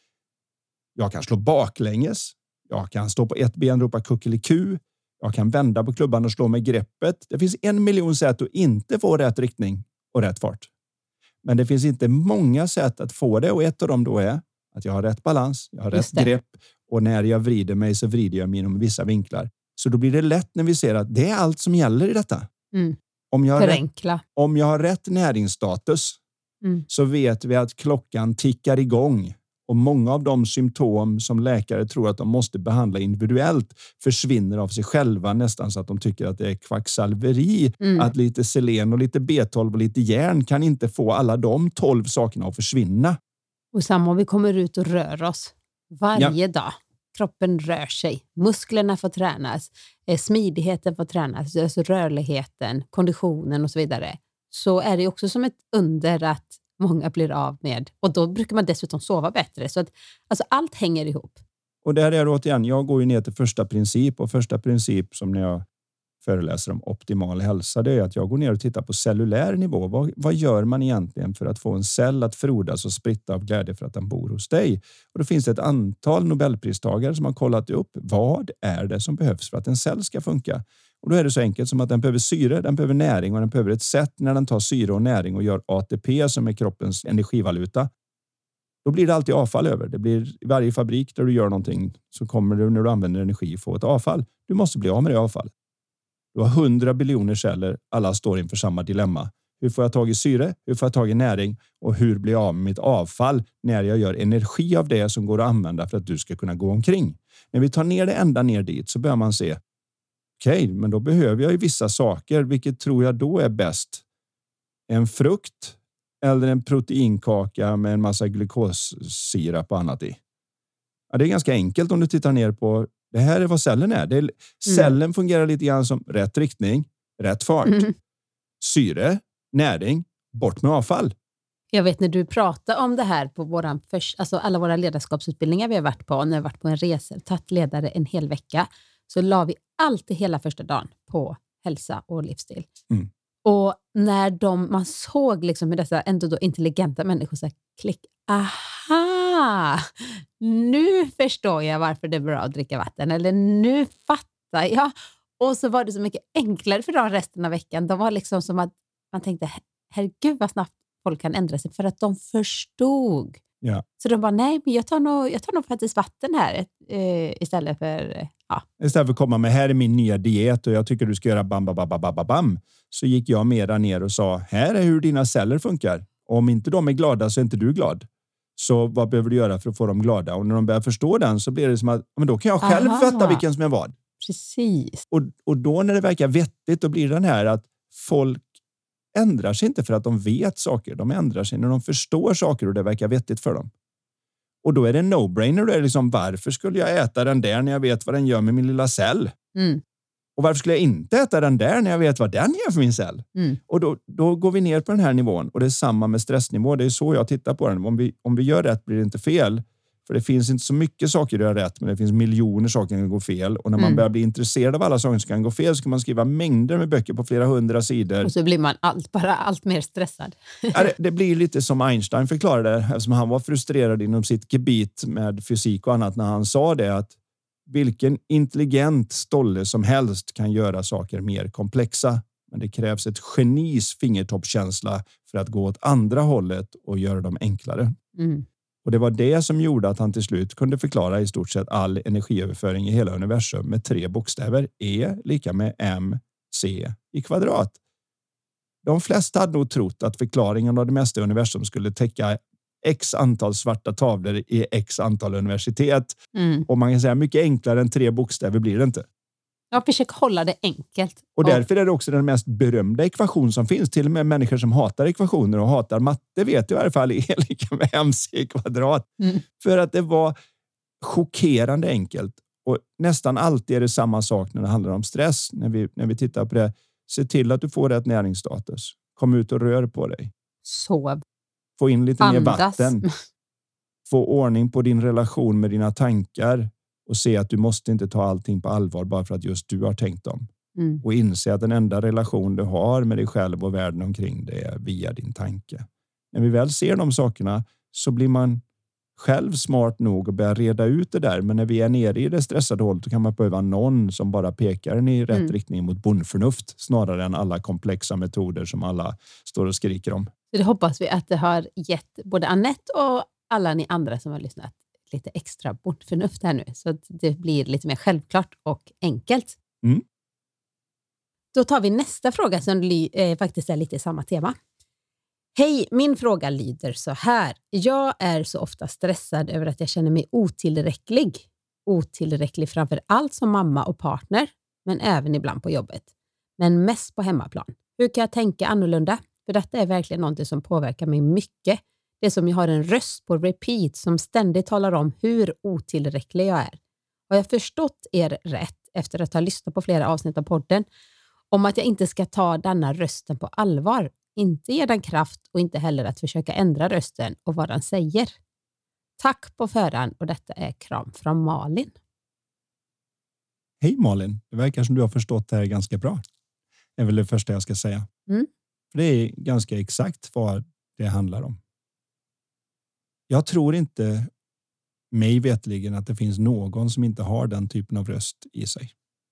Jag kan slå baklänges. Jag kan stå på ett ben och ropa kuckeliku. Jag kan vända på klubban och slå med greppet. Det finns en miljon sätt att inte få rätt riktning och rätt fart. Men det finns inte många sätt att få det och ett av dem då är att jag har rätt balans, jag har rätt grepp och när jag vrider mig så vrider jag mig inom vissa vinklar. Så då blir det lätt när vi ser att det är allt som gäller i detta. Mm. Om, jag har rätt, om jag har rätt näringsstatus mm. så vet vi att klockan tickar igång. Och många av de symptom som läkare tror att de måste behandla individuellt försvinner av sig själva nästan så att de tycker att det är kvacksalveri. Mm. Att lite selen och lite B tolv och lite järn kan inte få alla de tolv sakerna att försvinna. Och samma om vi kommer ut och rör oss. varje ja. dag. Kroppen rör sig. Musklerna får tränas. Eh, smidigheten får tränas. Alltså rörligheten, konditionen och så vidare. Så är det också som ett under att många blir av med. Och då brukar man dessutom sova bättre. Så att alltså, allt hänger ihop. Och där är det återigen, jag går ju ner till första princip. Och första princip som när jag föreläser om optimal hälsa, det är att jag går ner och tittar på cellulär nivå. Vad, vad gör man egentligen för att få en cell att frodas och spritta av glädje för att den bor hos dig? Och då finns det ett antal Nobelpristagare som har kollat upp vad är det som behövs för att en cell ska funka. Och då är det så enkelt som att den behöver syre, den behöver näring och den behöver ett sätt när den tar syre och näring och gör A T P som är kroppens energivaluta. Då blir det alltid avfall över. Det blir i varje fabrik där du gör någonting så kommer du när du använder energi få ett avfall. Du måste bli av med det avfallet. Du har hundra biljoner celler. Alla står inför samma dilemma. Hur får jag tag i syre? Hur får jag tag i näring? Och hur blir jag av med mitt avfall när jag gör energi av det som går att använda för att du ska kunna gå omkring? När vi tar ner det ända ner dit så börjar man se okej, okay, men då behöver jag ju vissa saker. Vilket tror jag då är bäst? En frukt eller en proteinkaka med en massa glukossirap och annat i? Ja, det är ganska enkelt om du tittar ner på det här är vad cellen är. Det är cellen mm. fungerar lite grann som rätt riktning, rätt fart. Mm. Syre, näring, bort med avfall. Jag vet när du pratade om det här på våran först, alltså alla våra ledarskapsutbildningar vi har varit på, när vi har varit på en resa, tagit ledare en hel vecka, så la vi alltid hela första dagen på hälsa och livsstil. Mm. Och när de, man såg liksom med dessa ändå då intelligenta människor så här, klick, aha, nu förstår jag varför det är bra att dricka vatten. Eller nu fattar jag. Och så var det så mycket enklare för dem resten av veckan. De var liksom som att man tänkte, herregud vad snabbt folk kan ändra sig. För att de förstod. Ja. Så de bara, nej men jag tar nog, jag tar nog faktiskt vatten här eh, istället för... Ja. Istället för att komma med, här är min nya diet och jag tycker du ska göra bam, bam, bam, bam, bam, bam. Så gick jag mera ner och sa, här är hur dina celler funkar. Och om inte de är glada så är inte du glad. Så vad behöver du göra för att få dem glada? Och när de börjar förstå den så blir det som att, men då kan jag själv Aha. fatta vilken som är vad. Precis. Och, och då när det verkar vettigt, då blir den här att folk ändrar sig inte för att de vet saker. De ändrar sig när de förstår saker och det verkar vettigt för dem. Och då är det en no-brainer. Då är det liksom, varför skulle jag äta den där när jag vet vad den gör med min lilla cell? Mm. Och varför skulle jag inte äta den där när jag vet vad den gör för min cell? Mm. Och då, då går vi ner på den här nivån. Och det är samma med stressnivå. Det är så jag tittar på den. Om vi, om vi gör rätt blir det inte fel. För det finns inte så mycket saker att göra rätt. Men det finns miljoner saker som kan gå fel. Och när man mm. börjar bli intresserad av alla saker som kan gå fel så kan man skriva mängder med böcker på flera hundra sidor. Och så blir man allt, bara allt mer stressad. Ja, det, det blir lite som Einstein förklarade. Eftersom han var frustrerad inom sitt gebit med fysik och annat när han sa det att vilken intelligent stolle som helst kan göra saker mer komplexa. Men det krävs ett genis fingertoppskänsla för att gå åt andra hållet och göra dem enklare. Mm. Och det var det som gjorde att han till slut kunde förklara i stort sett all energiöverföring i hela universum med tre bokstäver. E lika med M C i kvadrat. De flesta hade nog trott att förklaringen av det mesta i universum skulle täcka x antal svarta tavlor i x antal universitet. Mm. Och man kan säga mycket enklare än tre bokstäver blir det inte. Jag försöker hålla det enkelt. Och därför är det också den mest berömda ekvation som finns. Till och med människor som hatar ekvationer och hatar matte vet i varje fall E lika med mc i kvadrat. Mm. För att det var chockerande enkelt. Och nästan alltid är det samma sak när det handlar om stress. När vi, när vi tittar på det. Se till att du får rätt näringsstatus. Kom ut och rör på dig. Sov. Få in lite Andas. mer vatten. Få ordning på din relation med dina tankar. Och se att du måste inte ta allting på allvar bara för att just du har tänkt dem. Mm. Och inse att den enda relation du har med dig själv och världen omkring det är via din tanke. När vi väl ser de sakerna så blir man själv smart nog att börja reda ut det där. Men när vi är nere i det stressade hållet så kan man behöva någon som bara pekar en i rätt mm. riktning mot bondförnuft. Snarare än alla komplexa metoder som alla står och skriker om. Så det hoppas vi att det har gett både Annette och alla ni andra som har lyssnat lite extra bondförnuft här nu. Så att det blir lite mer självklart och enkelt. Mm. Då tar vi nästa fråga som ly- eh, faktiskt är lite i samma tema. Hej, min fråga lyder så här. Jag är så ofta stressad över att jag känner mig otillräcklig. Otillräcklig framför allt som mamma och partner, men även ibland på jobbet. Men mest på hemmaplan. Hur kan jag tänka annorlunda? För detta är verkligen något som påverkar mig mycket. Det är som jag har en röst på repeat som ständigt talar om hur otillräcklig jag är. Har jag förstått er rätt efter att ha lyssnat på flera avsnitt av podden om att jag inte ska ta denna rösten på allvar, inte ge den kraft och inte heller att försöka ändra rösten och vad den säger. Tack på förhand och detta är kram från Malin. Hej Malin, det verkar som du har förstått det här ganska bra. Det är väl det första jag ska säga. Mm. För det är ganska exakt vad det handlar om. Jag tror inte mig vetligen att det finns någon som inte har den typen av röst i sig.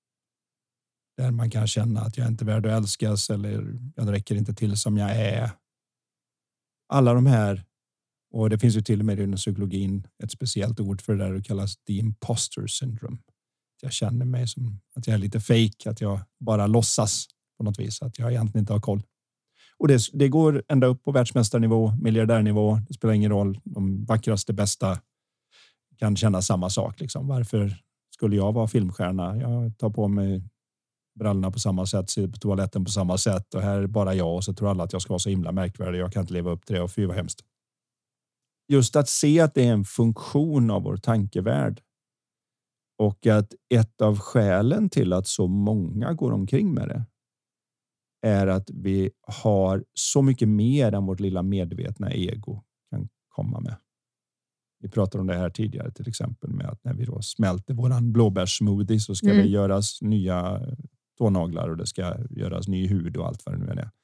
Där man kan känna att jag inte är värd att älskas eller jag räcker inte till som jag är. Alla de här, och det finns ju till och med inom psykologin ett speciellt ord för det där, det kallas the imposter syndrome. Jag känner mig som att jag är lite fake, att jag bara låtsas på något vis, att jag egentligen inte har koll. Och det, det går ända upp på världsmästarnivå, miljardärnivå, det spelar ingen roll. De vackraste, bästa kan känna samma sak. Liksom. Varför skulle jag vara filmstjärna? Jag tar på mig brallorna på samma sätt, sitter på toaletten på samma sätt och här är bara jag och så tror alla att jag ska vara så himla märkvärdig. Jag kan inte leva upp till det och fy vad hemskt. Just att se att det är en funktion av vår tankevärld och att ett av skälen till att så många går omkring med det är att vi har så mycket mer än vårt lilla medvetna ego kan komma med. Vi pratade om det här tidigare till exempel med att när vi då smälter våran blåbärssmoothie så ska mm. det göras nya tånaglar och det ska göras ny hud och allt vad det nu är.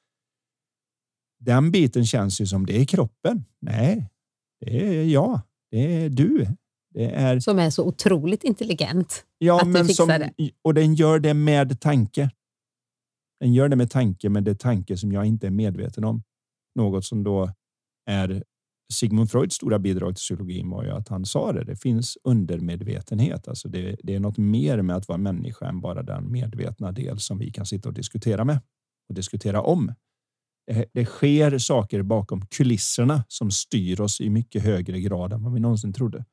Den biten känns ju som det är kroppen. Nej, det är jag. Det är du. Det är... Som är så otroligt intelligent. Ja, att men som, det. och den gör det med tanke. Den gör det med tanke, men det är tanke som jag inte är medveten om. Något som då är Sigmund Freuds stora bidrag till psykologin var ju att han sa det. Det finns undermedvetenhet. Alltså det, det är något mer med att vara människa än bara den medvetna del som vi kan sitta och diskutera med och diskutera om. Det, det sker saker bakom kulisserna som styr oss i mycket högre grad än vad vi någonsin trodde.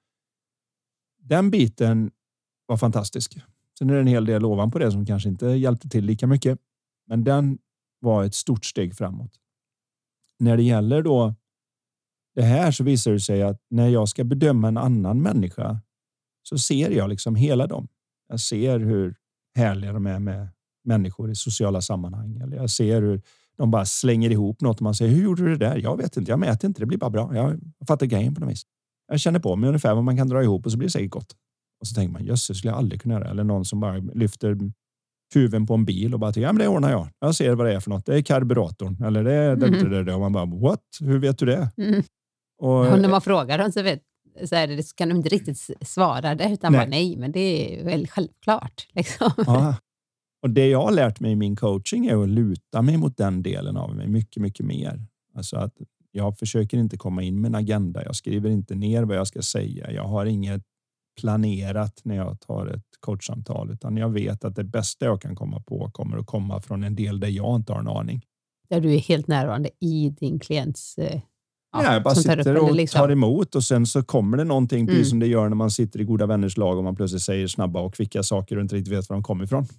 Den biten var fantastisk. Sen är det en hel del ovanpå det som kanske inte hjälpte till lika mycket. Men den var ett stort steg framåt. När det gäller då det här så visar det sig att när jag ska bedöma en annan människa så ser jag liksom hela dem. Jag ser hur härliga de är med människor i sociala sammanhang. Eller jag ser hur de bara slänger ihop något och man säger, hur gjorde du det där? Jag vet inte, jag mäter inte, det blir bara bra. Jag fattar grejen på något vis. Jag känner på mig ungefär vad man kan dra ihop och så blir det säkert gott. Och så tänker man, jösses, skulle jag aldrig kunna göra. Eller någon som bara lyfter huven på en bil och bara tänker, ja men det ordnar jag. Jag ser vad det är för något. Det är karburatorn. Eller det är mm. det, det, det. Och man bara, what? Hur vet du det? Mm. Och, och när man frågar dem så, vet, så, är det, så kan de inte riktigt svara det. Utan nej. bara nej, men det är väl självklart. Liksom. Ja. Och det jag har lärt mig i min coaching är att luta mig mot den delen av mig mycket, mycket mer. Alltså att jag försöker inte komma in med en agenda. Jag skriver inte ner vad jag ska säga. Jag har inget planerat när jag tar ett coachsamtal. Utan jag vet att det bästa jag kan komma på kommer att komma från en del där jag inte har en aning. Där du är helt närvarande i din klients... Ja, ja, jag bara sitter och liksom. tar emot och sen så kommer det någonting mm. precis som det gör när man sitter i goda vänners lag och man plötsligt säger snabba och kvicka saker och inte riktigt vet var de kommer ifrån.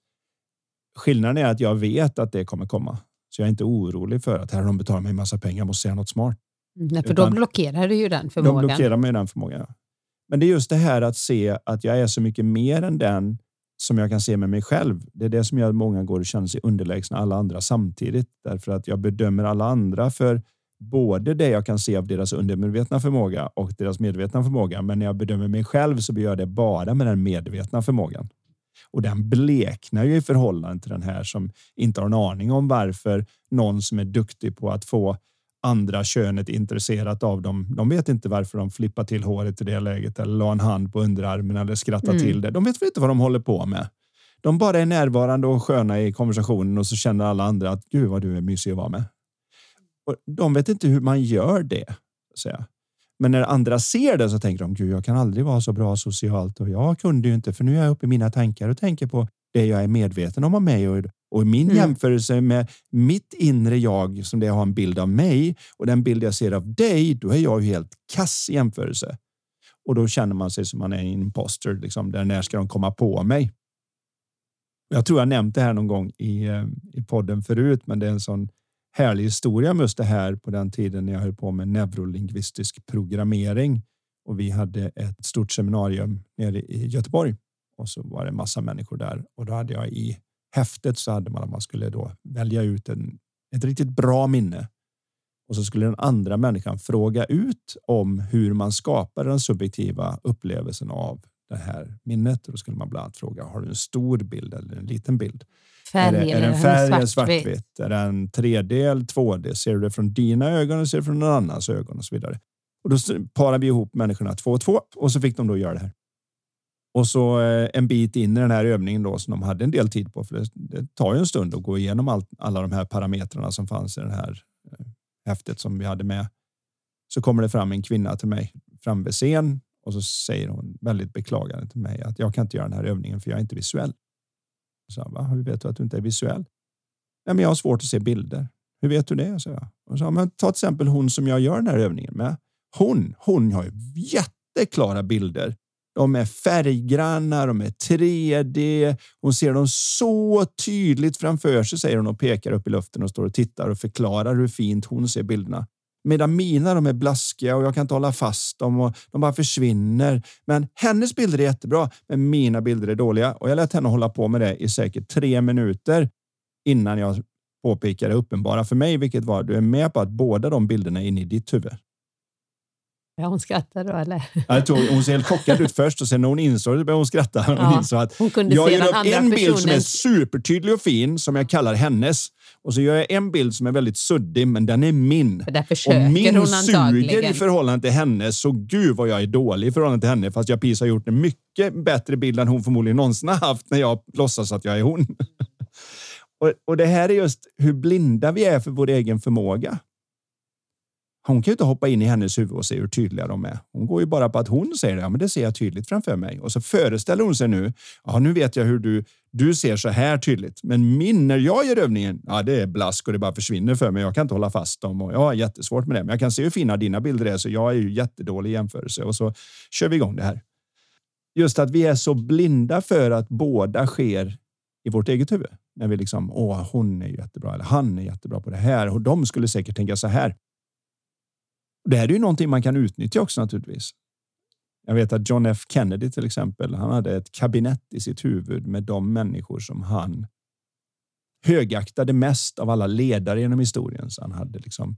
Skillnaden är att jag vet att det kommer komma. Så jag är inte orolig för att här har de betalat mig en massa pengar, jag måste säga något smart. Nej, för då blockerar du ju den förmågan. De blockerar mig den förmågan, ja. Men det är just det här att se att jag är så mycket mer än den som jag kan se med mig själv. Det är det som gör att många går och känner sig underlägsna alla andra samtidigt. Därför att jag bedömer alla andra för både det jag kan se av deras undermedvetna förmåga och deras medvetna förmåga. Men när jag bedömer mig själv så gör jag det bara med den medvetna förmågan. Och den bleknar ju i förhållande till den här som inte har en aning om varför någon som är duktig på att få andra könet intresserat av dem. De vet inte varför de flippar till håret i det läget eller la en hand på underarmen eller skrattar mm. till det. De vet inte vad de håller på med. De bara är närvarande och sköna i konversationen och så känner alla andra att gud vad du är mysig att vara med. Och de vet inte hur man gör det. Så att säga. Men när andra ser det så tänker de, gud jag kan aldrig vara så bra socialt och jag kunde ju inte för nu är jag uppe i mina tankar och tänker på det jag är medveten om av mig och, och min mm. jämförelse med mitt inre jag som det har en bild av mig och den bild jag ser av dig, då är jag ju helt kass i jämförelse. Och då känner man sig som man är en imposter, liksom, där när ska de komma på mig? Jag tror jag nämnt det här någon gång i, i podden förut, men det är en sån härlig historia med just det här på den tiden när jag höll på med neurolingvistisk programmering. Och vi hade ett stort seminarium nere i Göteborg. Och så var det en massa människor där. Och då hade jag i häftet så hade man att man skulle då välja ut en, ett riktigt bra minne. Och så skulle den andra människan fråga ut om hur man skapar den subjektiva upplevelsen av det här minnet. Och då skulle man bland annat fråga, har du en stor bild eller en liten bild? Färg, är det, är det en färg eller svartvitt? Är det en tre D eller två D? Ser du det från dina ögon eller ser du det från någon annans ögon och så vidare? Och då parar vi ihop människorna två och två och så fick de då göra det här. Och så en bit in i den här övningen då som de hade en del tid på, för det, det tar ju en stund att gå igenom allt, alla de här parametrarna som fanns i den här häftet som vi hade med. Så kommer det fram en kvinna till mig fram vid scen och så säger hon väldigt beklagande till mig att jag kan inte göra den här övningen för jag är inte visuell. Så va, hur vet du att du inte är visuell? Ja, men jag har svårt att se bilder. Hur vet du det? Så jag. Och så, men ta till exempel hon som jag gör den här övningen med. Hon, hon har ju jätteklara bilder. De är färggranna, de är tre D. Hon ser dem så tydligt framför sig, säger hon och pekar upp i luften och står och tittar och förklarar hur fint hon ser bilderna. Medan mina, de är blaskiga och jag kan inte hålla fast dem och de bara försvinner. Men hennes bilder är jättebra, men mina bilder är dåliga. Och jag lät henne hålla på med det i säkert tre minuter innan jag påpekade uppenbara för mig, vilket var, du är med på att båda de bilderna är inne i ditt huvud. Ja, hon skrattar då, eller? Jag tror, hon ser helt chockad ut först och sen när hon insåg det började hon skratta. Hon ja, insåg att hon kunde jag se gör upp en personens... bild som är supertydlig och fin som jag kallar hennes. Och så gör jag en bild som är väldigt suddig men den är min. För där försöker och min hon suger i förhållande till hennes. Så gud vad jag är dålig i förhållande till henne. Fast jag precis har gjort en mycket bättre bild än hon förmodligen någonsin har haft när jag låtsas att jag är hon. och, och det här är just hur blinda vi är för vår egen förmåga. Hon kan ju inte hoppa in i hennes huvud och se hur tydliga de är. Hon går ju bara på att hon säger det. Ja, men det ser jag tydligt framför mig. Och så föreställer hon sig nu. Ja, nu vet jag hur du, du ser så här tydligt. Men min, när jag gör övningen. Ja, det är blask och det bara försvinner för mig. Jag kan inte hålla fast dem. Och jag har jättesvårt med det. Men jag kan se hur fina dina bilder är. Så jag är ju jättedålig i jämförelse. Och så kör vi igång det här. Just att vi är så blinda för att båda sker i vårt eget huvud. När vi liksom, åh, hon är jättebra. Eller han är jättebra på det här. Och de skulle säkert tänka så här. Det här är ju någonting man kan utnyttja också naturligtvis. Jag vet att John F. Kennedy till exempel, han hade ett kabinett i sitt huvud med de människor som han högaktade mest av alla ledare genom historien. Så han hade liksom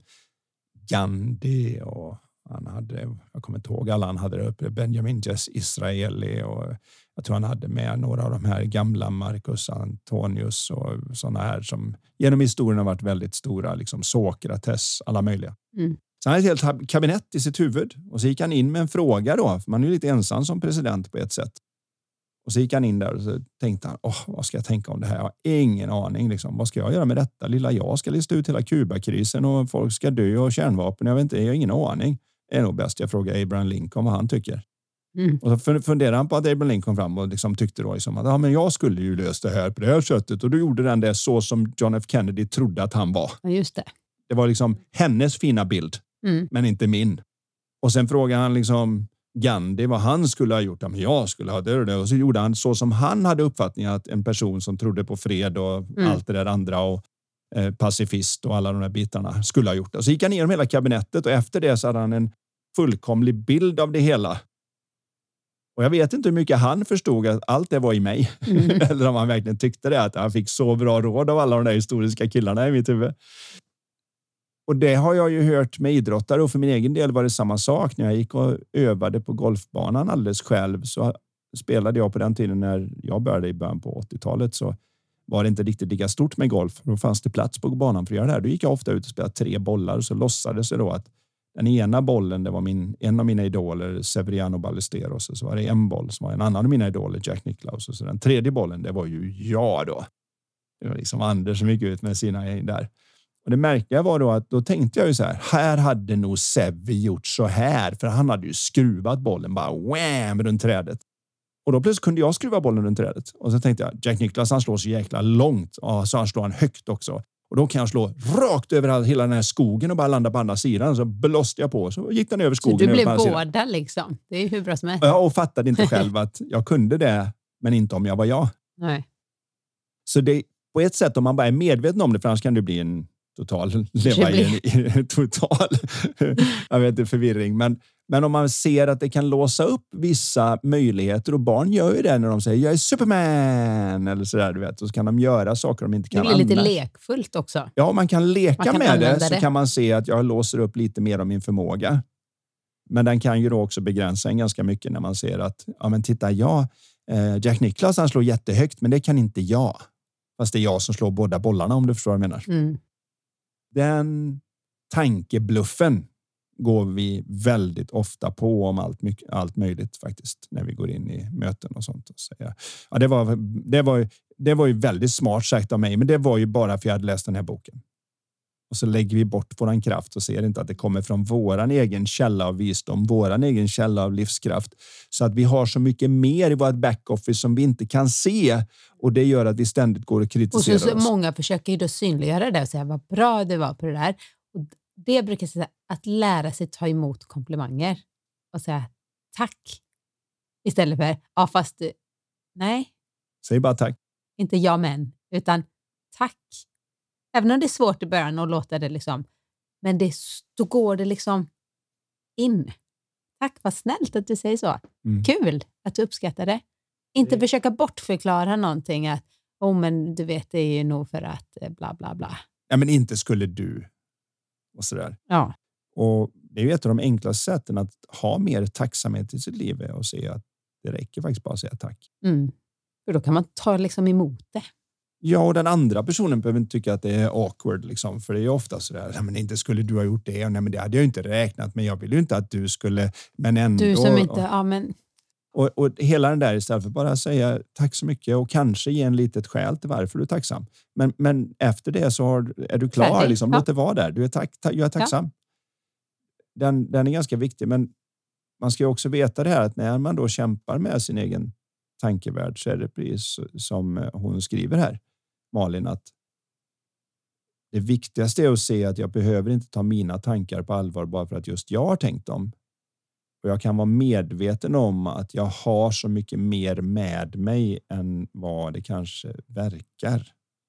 Gandhi och han hade, jag kommer inte ihåg alla han hade uppe, Benjamin Jess Israeli och jag tror han hade med några av de här gamla Marcus Antonius och sådana här som genom historien har varit väldigt stora, liksom Sokrates, alla möjliga. Mm. Så han hade ett helt kabinett i sitt huvud. Och så gick han in med en fråga då. För man är ju lite ensam som president på ett sätt. Och så gick han in där och så tänkte han, åh, vad ska jag tänka om det här? Jag har ingen aning. Liksom. Vad ska jag göra med detta? Lilla jag ska lista ut hela Kubakrisen och folk ska dö och kärnvapen. Jag vet inte, jag har ingen aning. Det är nog bäst jag frågar Abraham Lincoln vad han tycker. Mm. Och så funderade han på att Abraham Lincoln fram och liksom tyckte då liksom att ja, men jag skulle ju lösa det här på det här sättet. Och då gjorde den det så som John F. Kennedy trodde att han var. Ja, just det. Det var liksom hennes fina bild. Mm. Men inte min. Och sen frågade han liksom Gandhi vad han skulle ha gjort. Ja, men jag skulle ha det och det. Och så gjorde han så som han hade uppfattningen att en person som trodde på fred och mm. allt det där andra och eh, pacifist och alla de där bitarna skulle ha gjort det. Och så gick han igenom hela kabinettet och efter det så hade han en fullkomlig bild av det hela. Och jag vet inte hur mycket han förstod att allt det var i mig. Mm. Eller om han verkligen tyckte det, att han fick så bra råd av alla de där historiska killarna i mitt huvud. Och det har jag ju hört med idrottare och för min egen del var det samma sak. När jag gick och övade på golfbanan alldeles själv så spelade jag på den tiden när jag började i början på åttiotalet så var det inte riktigt lika stort med golf. Då fanns det plats på banan för att göra det här. Då gick jag ofta ut och spelade tre bollar och så lossades det då att den ena bollen, det var min, en av mina idoler, Severiano Ballesteros. Och så var det en boll som var en annan av mina idoler, Jack Nicklaus. Och så den tredje bollen, det var ju jag då. Det var liksom Anders som gick ut med sina där. Och det märkliga var då att då tänkte jag ju så här, här hade nog Sevi gjort så här. För han hade ju skruvat bollen bara wham runt trädet. Och då plötsligt kunde jag skruva bollen runt trädet. Och så tänkte jag, Jack Nicklaus han slår så jäkla långt. Och så han slår han högt också. Och då kan jag slå rakt över hela den här skogen och bara landa på andra sidan. Så blåste jag på. Så gick den över skogen. Så du blev båda sidan. Liksom? Det är hur bra som helst. Ja, och fattade inte själv att jag kunde det. Men inte om jag var jag. Nej. Så det på ett sätt om man bara är medveten om det. För annars kan det bli en total leva i, i total jag vet inte, förvirring. Men, men om man ser att det kan låsa upp vissa möjligheter, och barn gör ju det när de säger jag är Superman eller sådär, du vet, och så kan de göra saker de inte kan. Det blir lite annars. lekfullt också. Ja, man kan leka man kan med det, så det. kan man se att jag låser upp lite mer av min förmåga. Men den kan ju då också begränsa en ganska mycket när man ser att ja, men titta, jag, eh, Jack Nicklaus han slår jättehögt, men det kan inte jag. Fast det är jag som slår båda bollarna, om du förstår vad jag menar. Mm. Den tankebluffen går vi väldigt ofta på om allt, mycket, allt möjligt faktiskt när vi går in i möten och sånt. Och säga. Ja, det, var, det, var, det var ju väldigt smart sagt av mig, men det var ju bara för jag hade läst den här boken. Och så lägger vi bort våran kraft och ser inte att det kommer från våran egen källa av visdom, våran egen källa av livskraft. Så att vi har så mycket mer i vårt backoffice som vi inte kan se. Och det gör att vi ständigt går och kritiserar och så, så oss. Många försöker ju då synliggöra det och säga vad bra det var på det där. Och det brukar jag säga, att lära sig ta emot komplimanger. Och säga tack. Istället för, ja fast, nej. Säg bara tack. Inte ja men, utan tack. Även om det är svårt i början att låta det liksom, men det, då går det liksom in. Tack, vad snällt att du säger så. Mm. Kul att du uppskattar det. Inte det... försöka bortförklara någonting att, oh men du vet det är ju nog för att bla bla bla. Ja men inte skulle du. Och sådär. Ja. Och det är ju ett av de enklaste sätten att ha mer tacksamhet i sitt liv och se att det räcker faktiskt bara att säga tack. Mm. För då kan man ta liksom emot det. Ja, och den andra personen behöver inte tycka att det är awkward liksom, för det är ju ofta så där, men inte skulle du ha gjort det, och nej men det hade jag inte räknat, men jag vill ju inte att du skulle, men ändå. Du som inte, och, ja men. Och, och hela den där istället för bara säga tack så mycket och kanske ge en litet skäl till varför du är tacksam. Men, men efter det så har, är du klar, Färdig. liksom, låt det vara där, du är, tack, ta, jag är tacksam. Ja. Den, den är ganska viktig, men man ska ju också veta det här att när man då kämpar med sin egen tankevärld så är det precis som hon skriver här. Malin, att det viktigaste är att se att jag behöver inte ta mina tankar på allvar bara för att just jag har tänkt dem. Och jag kan vara medveten om att jag har så mycket mer med mig än vad det kanske verkar.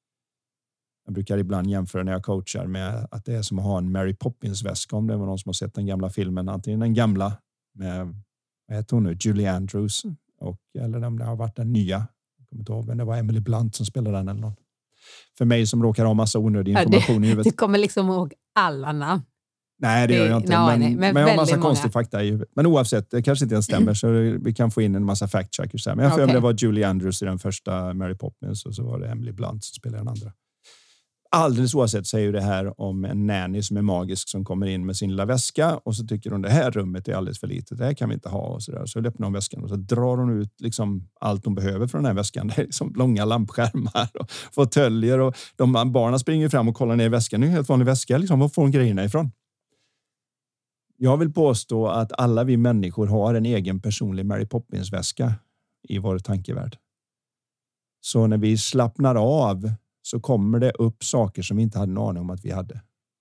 Jag brukar ibland jämföra när jag coachar med att det är som att ha en Mary Poppins-väska, om det var någon som har sett den gamla filmen. Antingen den gamla med, vad heter hon nu, Julie Andrews, och, eller om det har varit den nya. Jag kommer inte ihåg, men det var Emily Blunt som spelade den eller någon. För mig som råkar ha massa onödig information ja, det, i huvudet. Du kommer liksom ihåg alla namn. Nej, det gör jag inte. No, men, nej, men men jag har massa många. konstig fakta i huvudet. Men oavsett, det kanske inte ens stämmer mm. så vi kan få in en massa fact checkers här. Men jag okay. för det var Julie Andrews i den första Mary Poppins och så var det Emily Blunt som spelade den andra. Alldeles oavsett så är ju det här om en nanny som är magisk som kommer in med sin lilla väska och så tycker hon det här rummet är alldeles för litet. Det här kan vi inte ha och så där. Så öppnar hon väskan och så drar hon ut liksom allt hon behöver från den här väskan. Det är liksom långa lampskärmar och fåtöljer och de barnen springer fram och kollar ner i väskan. Det är en helt vanlig väska. Liksom, var får hon grejerna ifrån? Jag vill påstå att alla vi människor har en egen personlig Mary Poppins-väska i vår tankevärld. Så när vi slappnar av så kommer det upp saker som vi inte hade en aning om att vi hade.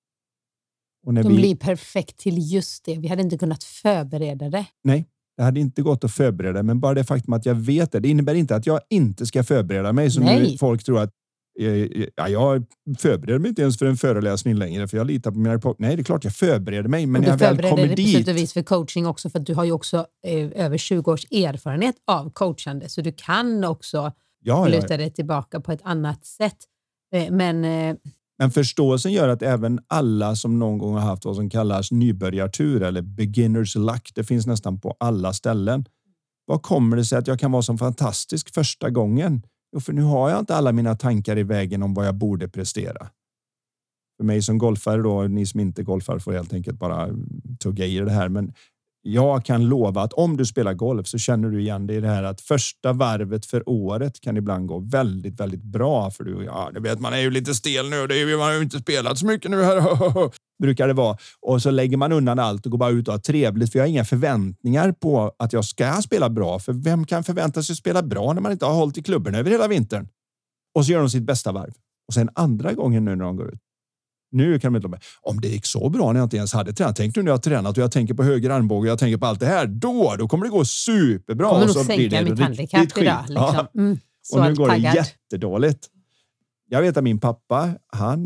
Och när De vi... blir perfekt till just det. Vi hade inte kunnat förbereda det. Nej, det hade inte gått att förbereda. Men bara det faktum att jag vet det. Det innebär inte att jag inte ska förbereda mig. Som nu folk tror att ja, jag förbereder mig inte ens för en föreläsning längre. För jag litar på mina pop. Nej, det är klart jag förbereder mig. Men när jag väl kommer dit. Du förbereder dig för coaching också. För att du har ju också eh, över tjugo års erfarenhet av coachande. Så du kan också ja, luta ja. dig tillbaka på ett annat sätt. Men, Men förståelsen gör att även alla som någon gång har haft vad som kallas nybörjartur eller beginners luck, det finns nästan på alla ställen. Vad kommer det sig att jag kan vara så fantastisk första gången? Jo, för nu har jag inte alla mina tankar i vägen om vad jag borde prestera. För mig som golfare då, ni som inte golfar får helt enkelt bara tugga i det här, men jag kan lova att om du spelar golf så känner du igen det i det här att första varvet för året kan ibland gå väldigt, väldigt bra. För du, ja, det vet man är ju lite stel nu och det är, man har ju inte spelat så mycket nu här. Brukar det vara. Och så lägger man undan allt och går bara ut och har trevligt. För jag har inga förväntningar på att jag ska spela bra. För vem kan förvänta sig att spela bra när man inte har hållit i klubben över hela vintern? Och så gör de sitt bästa varv. Och sen andra gången nu när de går ut. Nu kan de inte om det gick så bra när jag inte ens hade tränat. Tänk nu när jag har tränat och jag tänker på höger armbåge och jag tänker på allt det här. Då, då kommer det gå superbra. Kommer och så blir det mitt handikapp idag. Liksom. Ja. Mm, och nu går taggad. Det jättedåligt. Jag vet att min pappa, han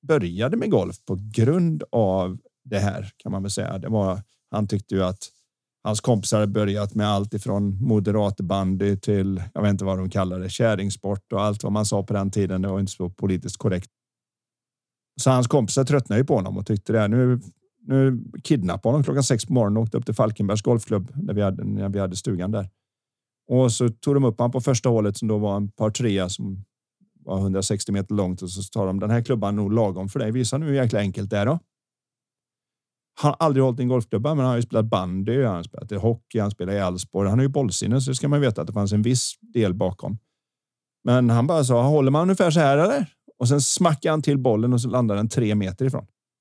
började med golf på grund av det här, kan man väl säga. Det var, han tyckte ju att hans kompisar hade börjat med allt ifrån moderatbandy till, jag vet inte vad de kallar det, käringsport och allt vad man sa på den tiden. Det var inte så politiskt korrekt. Så hans kompisar tröttnade ju på honom och tyckte det här, nu, nu kidnappade honom klockan sex på morgonen och åkte upp till Falkenbergs golfklubb när vi hade, när vi hade stugan där. Och så tog de upp han på första hålet som då var en par trea som var hundrasextio meter långt och så tar de, den här klubban nog lagom för dig. Visa nu hur jäkla enkelt det är då. Han har aldrig hållit en golfklubba, men han har ju spelat bandy, han har spelat i hockey, han spelar i Älvsborg. Han har ju bollsinne, så det ska man veta att det fanns en viss del bakom. Men han bara sa, håller man ungefär så här eller? Och sen smackade han till bollen och så landade den tre meter ifrån.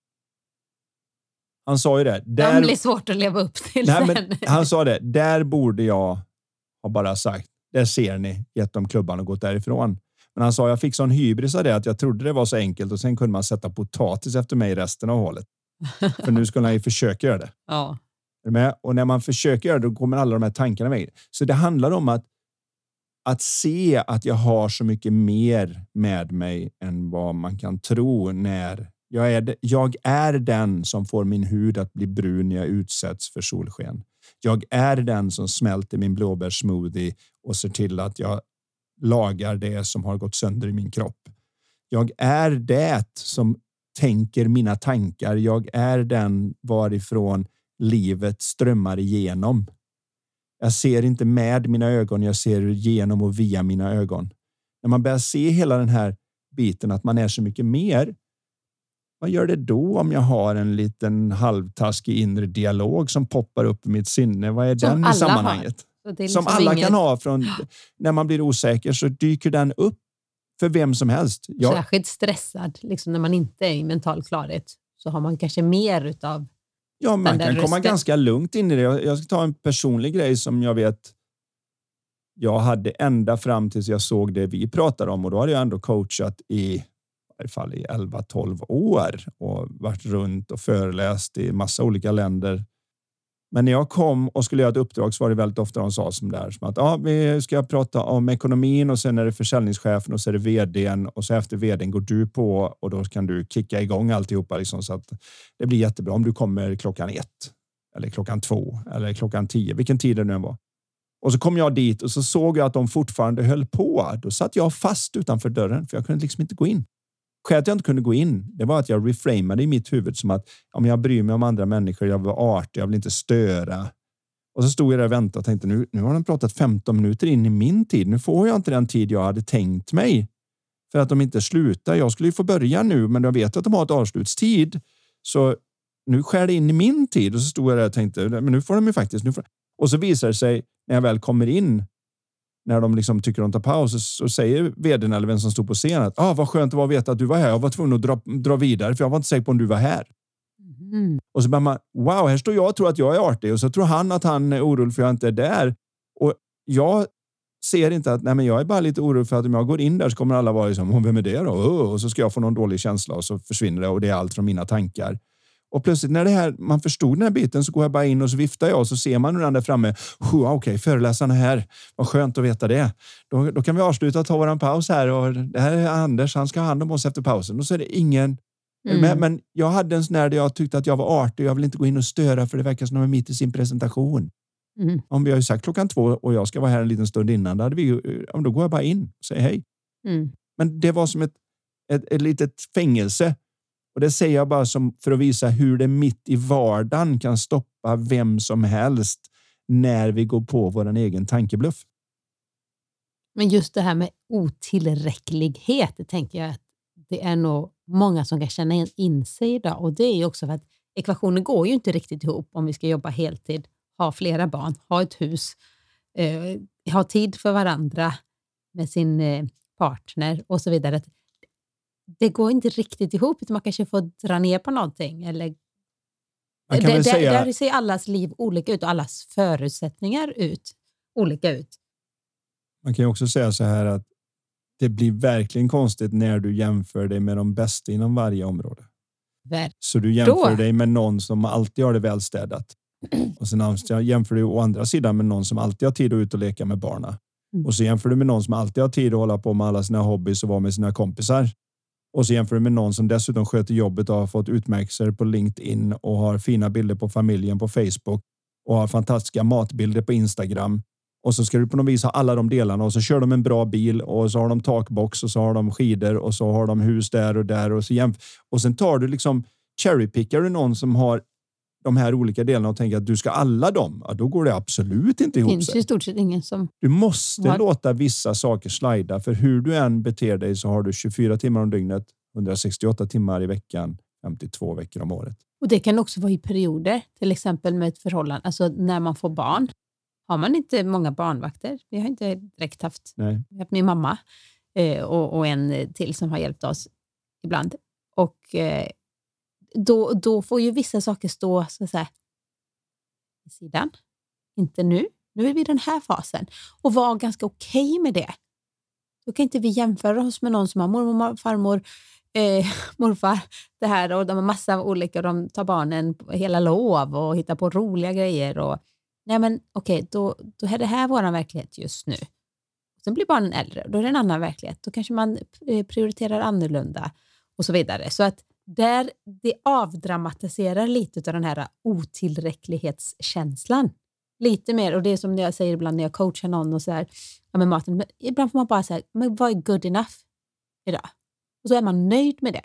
Han sa ju det. Där, det blir svårt att leva upp till nej, sen. Men han sa det, där borde jag ha bara sagt, där ser ni, gett dem klubban och gått därifrån. Men han sa, jag fick sån hybris av det att jag trodde det var så enkelt och sen kunde man sätta potatis efter mig i resten av hålet. För nu skulle han ju försöka göra det. Ja. Är du med? Och när man försöker göra det, då kommer alla de här tankarna med. Så det handlar om att att se att jag har så mycket mer med mig än vad man kan tro när jag är, jag är den som får min hud att bli brun när jag utsätts för solsken. Jag är den som smälter min blåbärssmoothie och ser till att jag lagar det som har gått sönder i min kropp. Jag är det som tänker mina tankar. Jag är den varifrån livet strömmar igenom. Jag ser inte med mina ögon, jag ser genom och via mina ögon. När man börjar se hela den här biten att man är så mycket mer, vad gör det då om jag har en liten halvtaskig inre dialog som poppar upp i mitt sinne? Vad är som den i sammanhanget? Liksom som alla inget... kan ha från när man blir osäker, så dyker den upp för vem som helst. Jag... Särskilt stressad, liksom när man inte är i mental klarhet, så har man kanske mer utav. Ja, man kan komma ganska lugnt in i det. Jag ska ta en personlig grej som jag vet jag hade ända fram tills jag såg det vi pratar om, och då hade jag ändå coachat i, i alla fall i elva tolv år och varit runt och föreläst i massa olika länder. Men när jag kom och skulle göra ett uppdrag så var det väldigt ofta de sa som där, som att ja, vi ska prata om ekonomin och sen är det försäljningschefen och så är det vdn och så efter vdn går du på och då kan du kicka igång alltihopa liksom, så att det blir jättebra om du kommer klockan ett eller klockan två eller klockan tio, vilken tid det nu var. Och så kom jag dit och så såg jag att de fortfarande höll på. Då satt jag fast utanför dörren för jag kunde liksom inte gå in. Skälet att jag inte kunde gå in, det var att jag reframade i mitt huvud som att om jag bryr mig om andra människor, jag vill vara artig, jag vill inte störa. Och så stod jag där och väntade och tänkte, nu, nu har de pratat femton minuter in i min tid. Nu får jag inte den tid jag hade tänkt mig. För att de inte slutar. Jag skulle ju få börja nu, men jag vet att de har ett avslutstid. Så nu skär det in i min tid. Och så stod jag där och tänkte, men nu får de ju faktiskt... Nu får... Och så visar det sig, när jag väl kommer in, när de liksom tycker de tar paus, så säger vdn eller vem som stod på scenen att ah, vad skönt det var att veta att du var här. Jag var tvungen att dra, dra vidare för jag var inte säker på om du var här. Mm. Och så bara man, wow, här står jag och tror att jag är artig och så tror han att han är orolig för att jag inte är där. Och jag ser inte att nej, men jag är bara lite orolig för att om jag går in där så kommer alla vara liksom, vem är det då? Och så ska jag få någon dålig känsla och så försvinner det och det är allt från mina tankar. Och plötsligt när det här, man förstod den här biten så går jag bara in och så viftar jag och så ser man hur den där framme. Okej, okay, föreläsarna här. Vad skönt att veta det. Då, då kan vi avsluta och ta våran paus här. Och det här är Anders, han ska ha hand om oss efter pausen. Och så är det ingen... Mm. Men, men jag hade en sån här där jag tyckte att jag var artig och jag vill inte gå in och störa för det verkar som de är mitt i sin presentation. Mm. Om vi har ju sagt klockan två och jag ska vara här en liten stund innan, då, hade vi, då går jag bara in och säger hej. Mm. Men det var som ett, ett, ett litet fängelse. Och det säger jag bara som för att visa hur det mitt i vardagen kan stoppa vem som helst när vi går på vår egen tankebluff. Men just det här med otillräcklighet, det tänker jag att det är nog många som kan känna in sig idag. Och det är ju också för att ekvationen går ju inte riktigt ihop om vi ska jobba heltid, ha flera barn, ha ett hus, eh, ha tid för varandra med sin eh, partner och så vidare. Det går inte riktigt ihop, utan man kanske får dra ner på någonting. Eller... Man kan det, säga... Där ser allas liv olika ut och allas förutsättningar ut olika ut. Man kan ju också säga så här att det blir verkligen konstigt när du jämför dig med de bästa inom varje område. Ver- så du jämför Då. dig med någon som alltid har det välstädat. Och sen jämför du å andra sidan med någon som alltid har tid att ut och leka med barna. Mm. Och så jämför du med någon som alltid har tid att hålla på med alla sina hobbys och vara med sina kompisar. Och så jämför du med någon som dessutom sköter jobbet och har fått utmärkelser på LinkedIn och har fina bilder på familjen på Facebook och har fantastiska matbilder på Instagram. Och så ska du på något vis ha alla de delarna och så kör de en bra bil och så har de takbox och så har de skidor och så har de hus där och där och så jämf- och sen tar du liksom cherrypickar du någon som har de här olika delarna och tänker att du ska alla dem, ja, då går det absolut inte ihop sig. Det finns ju i stort sett ingen som... Du måste har... låta vissa saker slida, för hur du än beter dig så har du tjugofyra timmar om dygnet, hundrasextioåtta timmar i veckan, femtiotvå veckor om året. Och det kan också vara i perioder, till exempel med ett förhållande, alltså när man får barn. Har man inte många barnvakter, vi har inte direkt haft, Nej. Vi har haft min mamma eh, och, och en till som har hjälpt oss ibland. Och eh, då, då får ju vissa saker stå så att säga i sidan. Inte nu, nu är vi i den här fasen. Och vara ganska okej okay med det. Då kan inte vi jämföra oss med någon som har mormor, farmor, eh, morfar, det här och de har massa olika och de tar barnen hela lov och hittar på roliga grejer och nej men okej, okay, då, då är det här vår verklighet just nu. Sen blir barnen äldre, då är det en annan verklighet. Då kanske man prioriterar annorlunda och så vidare. Så att där det avdramatiserar lite av den här otillräcklighetskänslan. Lite mer, och det är som jag säger ibland när jag coachar någon och så här, ja med maten, men ibland får man bara säga, men vad är good enough idag? Och så är man nöjd med det.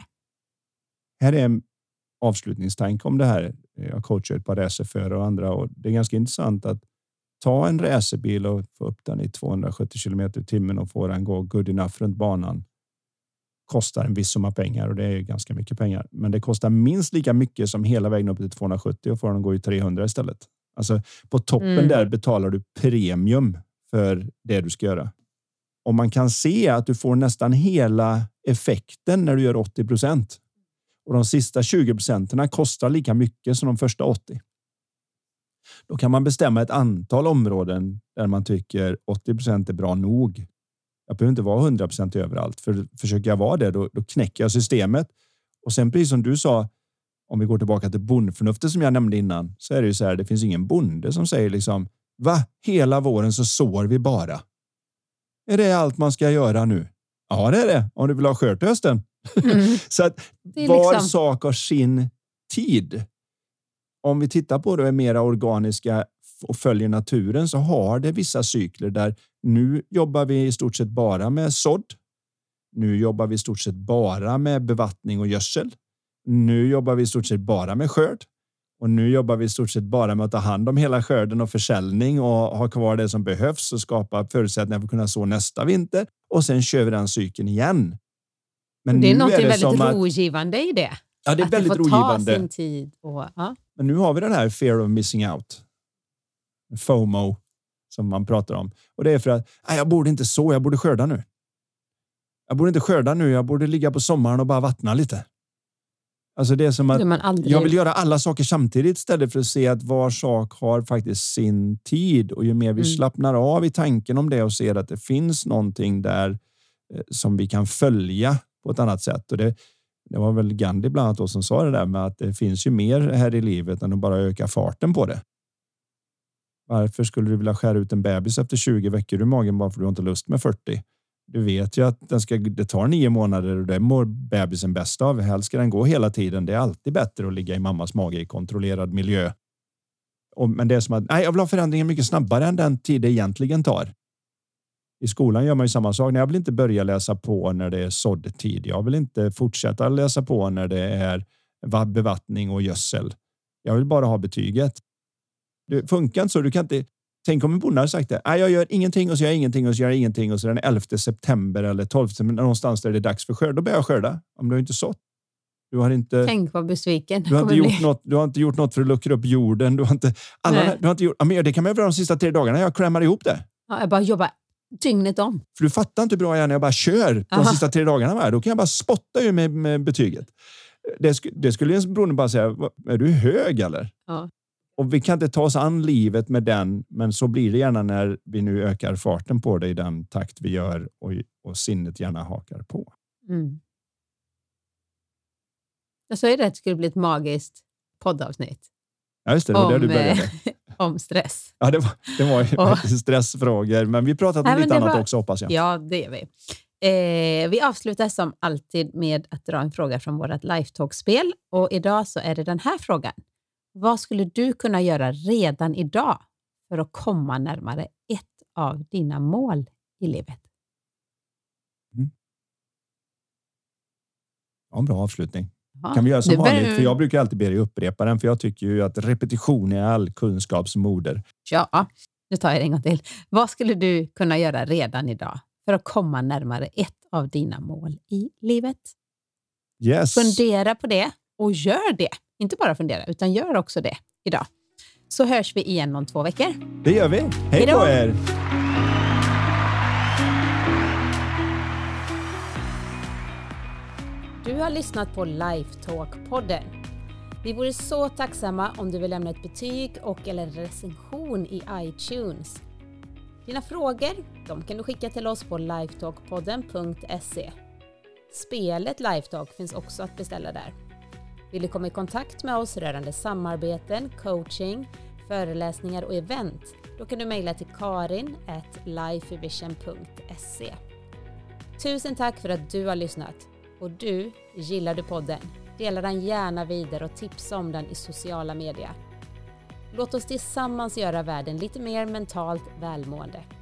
Här är en avslutningstanke om det här. Jag coachar ett par racerförare och andra och det är ganska intressant att ta en racerbil och få upp den i tvåhundrasjuttio kilometer i timmen och få den gå good enough runt banan. Kostar en viss summa pengar och det är ganska mycket pengar. Men det kostar minst lika mycket som hela vägen upp till tvåhundrasjuttio och får den gå i trehundra istället. Alltså på toppen mm. där betalar du premium för det du ska göra. Och man kan se att du får nästan hela effekten när du gör åttio procent. Och de sista tjugo procenten kostar lika mycket som de första åttio. Då kan man bestämma ett antal områden där man tycker åttio procent är bra nog. Jag behöver inte vara hundra procent överallt. För försöker jag vara det, då, då knäcker jag systemet. Och sen precis som du sa, om vi går tillbaka till bondförnuftet som jag nämnde innan, så är det ju så här, det finns ingen bonde som säger liksom, va? Hela våren så sår vi bara. Är det allt man ska göra nu? Ja, det är det. Om du vill ha skörd till hösten. Mm. Så att var liksom... sak har sin tid. Om vi tittar på det och är mera organiska och följer naturen så har det vissa cykler där nu jobbar vi i stort sett bara med sådd. Nu jobbar vi i stort sett bara med bevattning och gödsel. Nu jobbar vi i stort sett bara med skörd. Och nu jobbar vi i stort sett bara med att ta hand om hela skörden och försäljning och ha kvar det som behövs och skapa förutsättningar för att kunna så nästa vinter. Och sen kör vi den cykeln igen. Men det är något väldigt att, rogivande i det. Ja, det är att väldigt det får rogivande. ta sin tid. Och, ja. Men nu har vi den här fear of missing out. FOMO som man pratar om. Och det är för att nej, jag borde inte så, jag borde skörda nu. Jag borde inte skörda nu, jag borde ligga på sommaren och bara vattna lite. Alltså det är som att aldrig... jag vill göra alla saker samtidigt istället för att se att var sak har faktiskt sin tid. Och ju mer vi mm. slappnar av i tanken om det och ser att det finns någonting där eh, som vi kan följa på ett annat sätt. Och det, det var väl Gandhi bland annat som sa det där med att det finns ju mer här i livet än att bara öka farten på det. Varför skulle du vilja skära ut en bebis efter tjugo veckor ur magen bara för att du inte har lust med fyrtio? Du vet ju att den ska, det tar nio månader och det mår bebisen bäst av. Helst ska den gå hela tiden. Det är alltid bättre att ligga i mammas mage i kontrollerad miljö. Och, men det är som att nej, jag vill ha förändringen mycket snabbare än den tid det egentligen tar. I skolan gör man ju samma sak. Jag vill inte börja läsa på när det är såddtid. Jag vill inte fortsätta läsa på när det är bevattning och gödsel. Jag vill bara ha betyget. Det funkar inte så. Du kan inte... Tänk om en bonde hade sagt det. Nej, jag gör ingenting och så gör jag ingenting och så gör jag ingenting. Och så den elfte september eller tolfte september någonstans där det är dags för skörd. Då börjar jag skörda. Om du har inte sått. Du har inte... Tänk vad besviken. Du har inte, gjort något, du har inte gjort något för att luckra upp jorden. Du har inte... Alla, du har inte gjort... Ja, men det kan man göra de sista tre dagarna. Jag krämar ihop det. Ja, jag bara jobbar dygnet om. För du fattar inte hur bra jag är när jag bara kör de Aha. sista tre dagarna. Med. Då kan jag bara spotta ju med, med betyget. Det, sk- det skulle en bonde bara säga. Är du hög eller? Ja. Och vi kan inte ta oss an livet med den, men så blir det gärna när vi nu ökar farten på det i den takt vi gör och, och sinnet gärna hakar på. Mm. Jag sa ju det att det skulle bli ett magiskt poddavsnitt. Ja just det, det var om, det du började. om stress. Ja, det var, det var ju och, stressfrågor, men vi pratat om lite annat var, också hoppas jag. Ja, det är vi. Eh, vi avslutar som alltid med att dra en fråga från vårt Lifetalk-spel. Och idag så är det den här frågan. Vad skulle du kunna göra redan idag för att komma närmare ett av dina mål i livet? Mm. Ja, en bra avslutning. Ja, kan vi göra som bör... vanligt? För jag brukar alltid be dig upprepa den. För jag tycker ju att repetition är all kunskapsmoder. Ja, nu tar jag det en gång till. Vad skulle du kunna göra redan idag för att komma närmare ett av dina mål i livet? Yes. Fundera på det och gör det. Inte bara fundera, utan gör också det idag. Så hörs vi igen om två veckor. Det gör vi. Hej på er! Du har lyssnat på Lifetalk-podden. Vi vore så tacksamma om du vill lämna ett betyg och eller en recension i iTunes. Dina frågor, de kan du skicka till oss på lifetalkpodden punkt se. Spelet Lifetalk finns också att beställa där. Vill du komma i kontakt med oss rörande samarbeten, coaching, föreläsningar och event, då kan du mejla till karin at lifevision punkt se. Tusen tack för att du har lyssnat. Och du, gillar du podden? Dela den gärna vidare och tipsa om den i sociala medier. Låt oss tillsammans göra världen lite mer mentalt välmående.